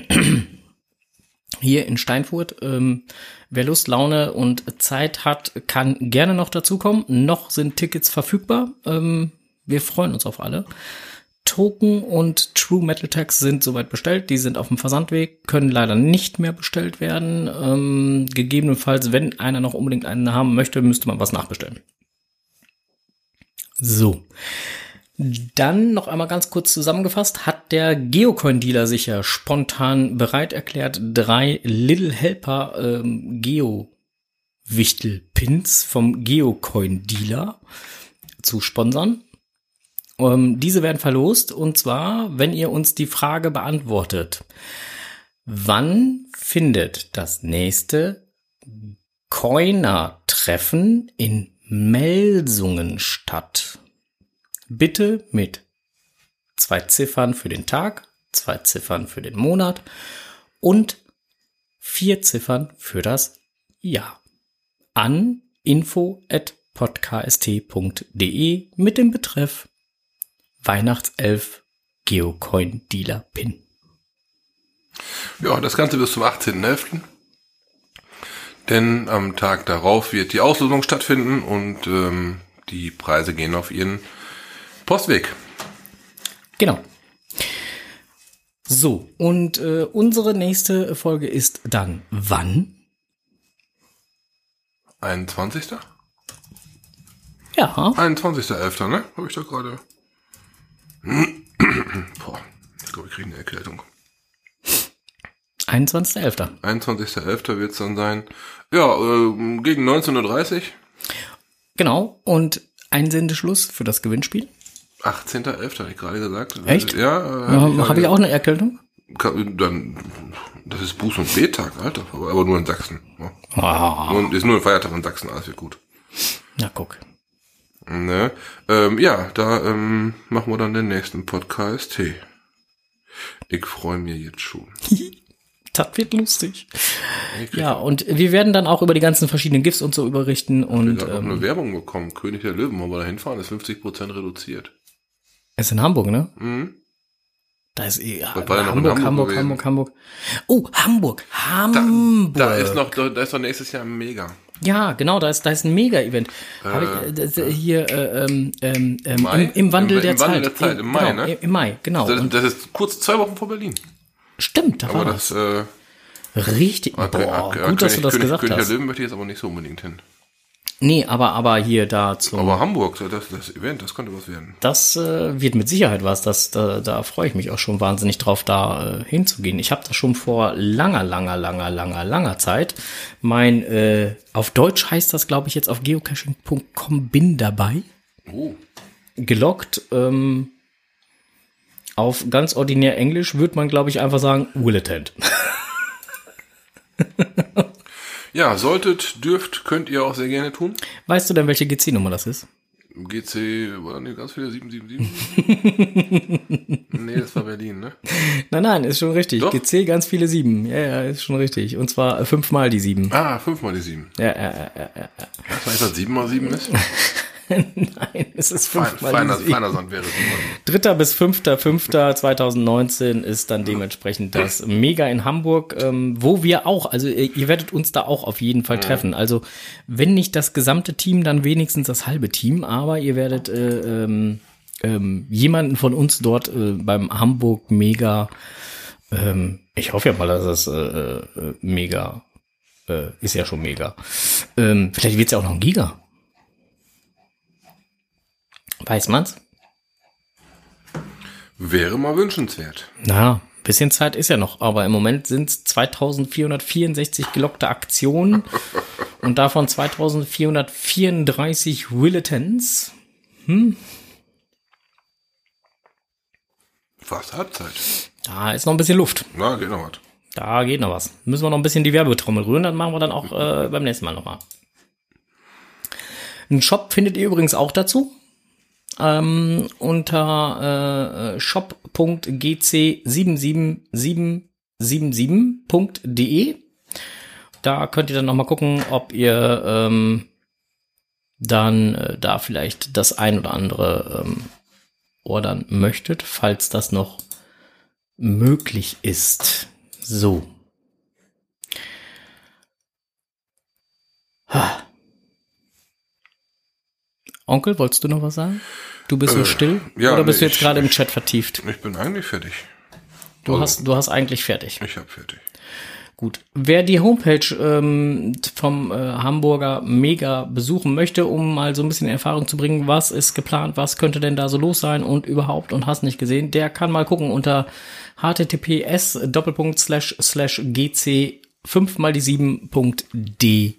A: Hier in Steinfurt. Ähm, wer Lust, Laune und Zeit hat, kann gerne noch dazukommen. Noch sind Tickets verfügbar. Ähm, wir freuen uns auf alle. Token und True Metal Tags sind soweit bestellt. Die sind auf dem Versandweg, können leider nicht mehr bestellt werden. Ähm, gegebenenfalls, wenn einer noch unbedingt einen haben möchte, müsste man was nachbestellen. So. Dann noch einmal ganz kurz zusammengefasst, hat der Geocoin-Dealer sich ja spontan bereit erklärt, drei Little Helper ähm, Geo-Wichtel-Pins vom Geocoin-Dealer zu sponsern. Ähm, diese werden verlost, und zwar, wenn ihr uns die Frage beantwortet: Wann findet das nächste Coiner-Treffen in Melsungen statt? Bitte mit zwei Ziffern für den Tag, zwei Ziffern für den Monat und vier Ziffern für das Jahr. An info at podcast punkt de mit dem Betreff Weihnachtself Geocoin Dealer Pin.
B: Ja, das Ganze bis zum achtzehnten elften Denn am Tag darauf wird die Auslosung stattfinden und ähm, die Preise gehen auf ihren Postweg.
A: Genau. So, und äh, unsere nächste Folge ist dann wann?
B: einundzwanzigsten
A: Ja.
B: einundzwanzigster elfter ne? Habe ich da gerade. Boah, ich glaube, ich kriege eine Erkältung.
A: einundzwanzigster elfter
B: einundzwanzigster elfter wird es dann sein. Ja, äh, gegen neunzehn Uhr dreißig.
A: Genau. Und Einsendeschluss für das Gewinnspiel.
B: achtzehnter elfter habe ich gerade gesagt.
A: Echt?
B: Ja.
A: Äh, ja Habe hab ich auch eine Erkältung?
B: Kann, dann, das ist Buß- und B-Tag, Alter. Aber, aber nur in Sachsen. Ja.
A: Ah.
B: Nur, ist nur ein Feiertag in Sachsen, alles wird gut.
A: Na, guck.
B: Ne? Ähm, ja, da ähm, machen wir dann den nächsten Podcast. Hey, ich freue mich jetzt schon.
A: Das wird lustig. Ja, und wir werden dann auch über die ganzen verschiedenen GIFs und so überrichten. Und
B: wir haben
A: ähm,
B: eine Werbung bekommen. König der Löwen, wollen wir da hinfahren, ist fünfzig Prozent reduziert.
A: ist in Hamburg, ne?
B: Mhm.
A: Da ist eh ja,
B: Das war ja noch in
A: Hamburg,
B: Hamburg
A: Hamburg, Hamburg, Hamburg. Oh, Hamburg, Hamburg.
B: Da, da ist noch, da ist doch nächstes Jahr ein Mega.
A: Ja, genau, da ist, da ist ein Mega-Event.
B: Äh,
A: Hab ich, das, hier äh, ähm, ähm,
B: Mai?
A: im, im Wandel
B: Im,
A: der
B: im
A: Zeit.
B: Wandel der Zeit, im Mai,
A: genau,
B: ne?
A: Im Mai, genau.
B: Das,
A: Und
B: das ist kurz zwei Wochen vor Berlin.
A: stimmt, da war
B: Aber
A: das.
B: das, äh,
A: Richtig,
B: Ak-
A: boah,
B: Ak-
A: gut, dass du das
B: König,
A: gesagt
B: König
A: hast.
B: der Löwen möchte ich jetzt aber nicht so unbedingt hin.
A: Nee, aber, aber hier da zum...
B: Aber Hamburg, das, das Event, das könnte was werden.
A: Das äh, wird mit Sicherheit was. Das, da, da freue ich mich auch schon wahnsinnig drauf, da äh, hinzugehen. Ich habe da schon vor langer, langer, langer, langer, langer Zeit mein, äh, auf Deutsch heißt das, glaube ich, jetzt auf geocaching punkt com bin dabei.
B: Oh.
A: Gelockt. Ähm, auf ganz ordinär Englisch würde man, glaube ich, einfach sagen, will attend.
B: Ja, solltet, dürft, könnt ihr auch sehr gerne tun.
A: Weißt du denn, welche G C-Nummer das ist?
B: G C, war nicht ganz viele, sieben sieben sieben? Nee, das war Berlin, ne?
A: Nein, nein, ist schon richtig.
B: Doch?
A: G C ganz viele sieben. Ja, ja, ist schon richtig. Und zwar äh, fünfmal die sieben.
B: Ah, fünfmal die sieben.
A: Ja, ja, ja, ja, ja.
B: Weißt du, was das sieben mal sieben ist?
A: Nein, es ist
B: Fein,
A: fünfmal
B: feiner,
A: die sieben.
B: feiner Sand wäre es immer.
A: Dritter bis fünfter fünfter zweitausendneunzehn ist dann dementsprechend das Mega in Hamburg, ähm, wo wir auch, also ihr, ihr werdet uns da auch auf jeden Fall treffen. Also wenn nicht das gesamte Team, dann wenigstens das halbe Team, aber ihr werdet äh, ähm, ähm, jemanden von uns dort äh, beim Hamburg Mega, ähm, ich hoffe ja mal, dass das äh, äh, Mega, äh, ist ja schon Mega. Ähm, vielleicht wird es ja auch noch ein Giga. Weiß man's?
B: Wäre mal wünschenswert.
A: Na, bisschen Zeit ist ja noch, aber im Moment sind es zweitausendvierhundertvierundsechzig gelockte Aktionen und davon zweitausendvierhundertvierunddreißig Willetons. Hm?
B: Fast Halbzeit.
A: Da ist noch ein bisschen Luft.
B: Na, geht noch was.
A: Da geht noch was. Müssen wir noch ein bisschen die Werbetrommel rühren, dann machen wir dann auch äh, beim nächsten Mal nochmal. Einen Shop findet ihr übrigens auch dazu. Ähm, unter äh, shop punkt g c sieben sieben sieben sieben sieben punkt d e. Da könnt ihr dann nochmal gucken, ob ihr ähm, dann äh, da vielleicht das ein oder andere ähm, ordern möchtet, falls das noch möglich ist. So. Ha. Onkel, wolltest du noch was sagen? Du bist so
B: Äh,
A: still?
B: ja,
A: Oder bist
B: nee,
A: du jetzt
B: ich-
A: gerade im Chat vertieft?
B: Ich bin eigentlich fertig.
A: Du
B: Also,
A: hast, du hast eigentlich fertig.
B: Ich hab fertig.
A: Gut. Wer die Homepage ähm, vom äh, Hamburger Mega besuchen möchte, um mal so ein bisschen in Erfahrung zu bringen, was ist geplant, was könnte denn da so los sein und überhaupt und hast nicht gesehen, der kann mal gucken unter https doppelpunkt slash slash gc fünf mal die sieben punkt de.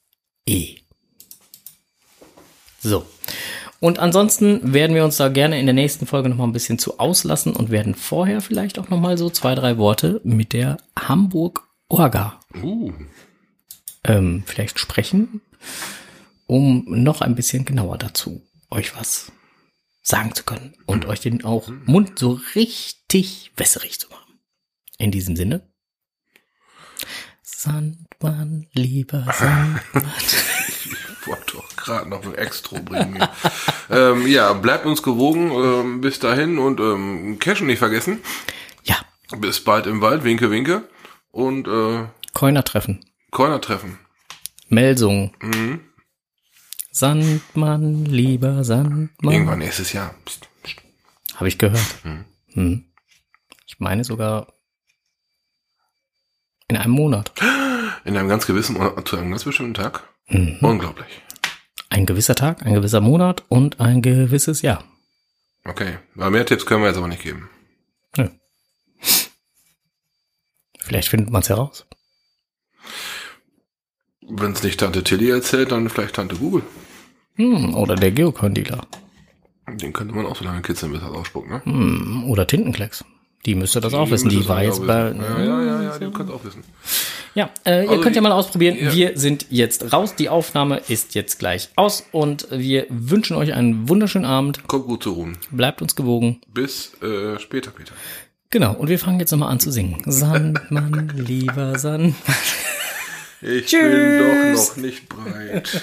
A: So. Und ansonsten werden wir uns da gerne in der nächsten Folge noch mal ein bisschen zu auslassen und werden vorher vielleicht auch noch mal so zwei, drei Worte mit der Hamburg Orga
B: Uh.
A: ähm, vielleicht sprechen, um noch ein bisschen genauer dazu euch was sagen zu können und euch den auch Mund so richtig wässrig zu machen. In diesem Sinne. Sandmann, lieber Sandmann.
B: Ich wollte doch gerade noch ein Extra bringen. ähm, ja, bleibt uns gewogen. Ähm, bis dahin und ähm, Cashen nicht vergessen.
A: Ja.
B: Bis bald im Wald. Winke, winke. Und äh,
A: Keuner treffen.
B: Keuner treffen.
A: Melsung.
B: Mhm.
A: Sandmann, lieber Sandmann.
B: Irgendwann nächstes Jahr. Psst, psst.
A: Habe ich gehört.
B: Mhm.
A: Hm. Ich meine sogar in einem Monat.
B: In einem ganz gewissen, zu einem ganz bestimmten Tag.
A: Mhm.
B: Unglaublich.
A: Ein gewisser Tag, ein gewisser Monat und ein gewisses Jahr.
B: Okay, aber mehr Tipps können wir jetzt aber nicht geben.
A: Nö. Vielleicht findet man es heraus.
B: Wenn es nicht Tante Tilly erzählt, dann vielleicht Tante Google.
A: Hm, oder der Geocoin-Dealer.
B: Den könnte man auch so lange kitzeln, bis er ausspuckt, ne?
A: Hm, oder Tintenklecks. Die müsste das auch wissen. Die war jetzt bei...
B: Ja, ja, ja, ja, die könnt auch wissen.
A: Ja, äh, ihr
B: Also
A: könnt ja
B: ich-
A: mal ausprobieren.
B: ja.
A: Wir sind jetzt raus. Die Aufnahme ist jetzt gleich aus. Und wir wünschen euch einen wunderschönen Abend.
B: Kommt gut zu ruhen.
A: Bleibt uns gewogen.
B: Bis äh, später, Peter.
A: Genau, und wir fangen jetzt nochmal an zu singen. Sandmann, lieber Sandmann.
B: Ich
A: Tschüss.
B: bin doch noch nicht breit.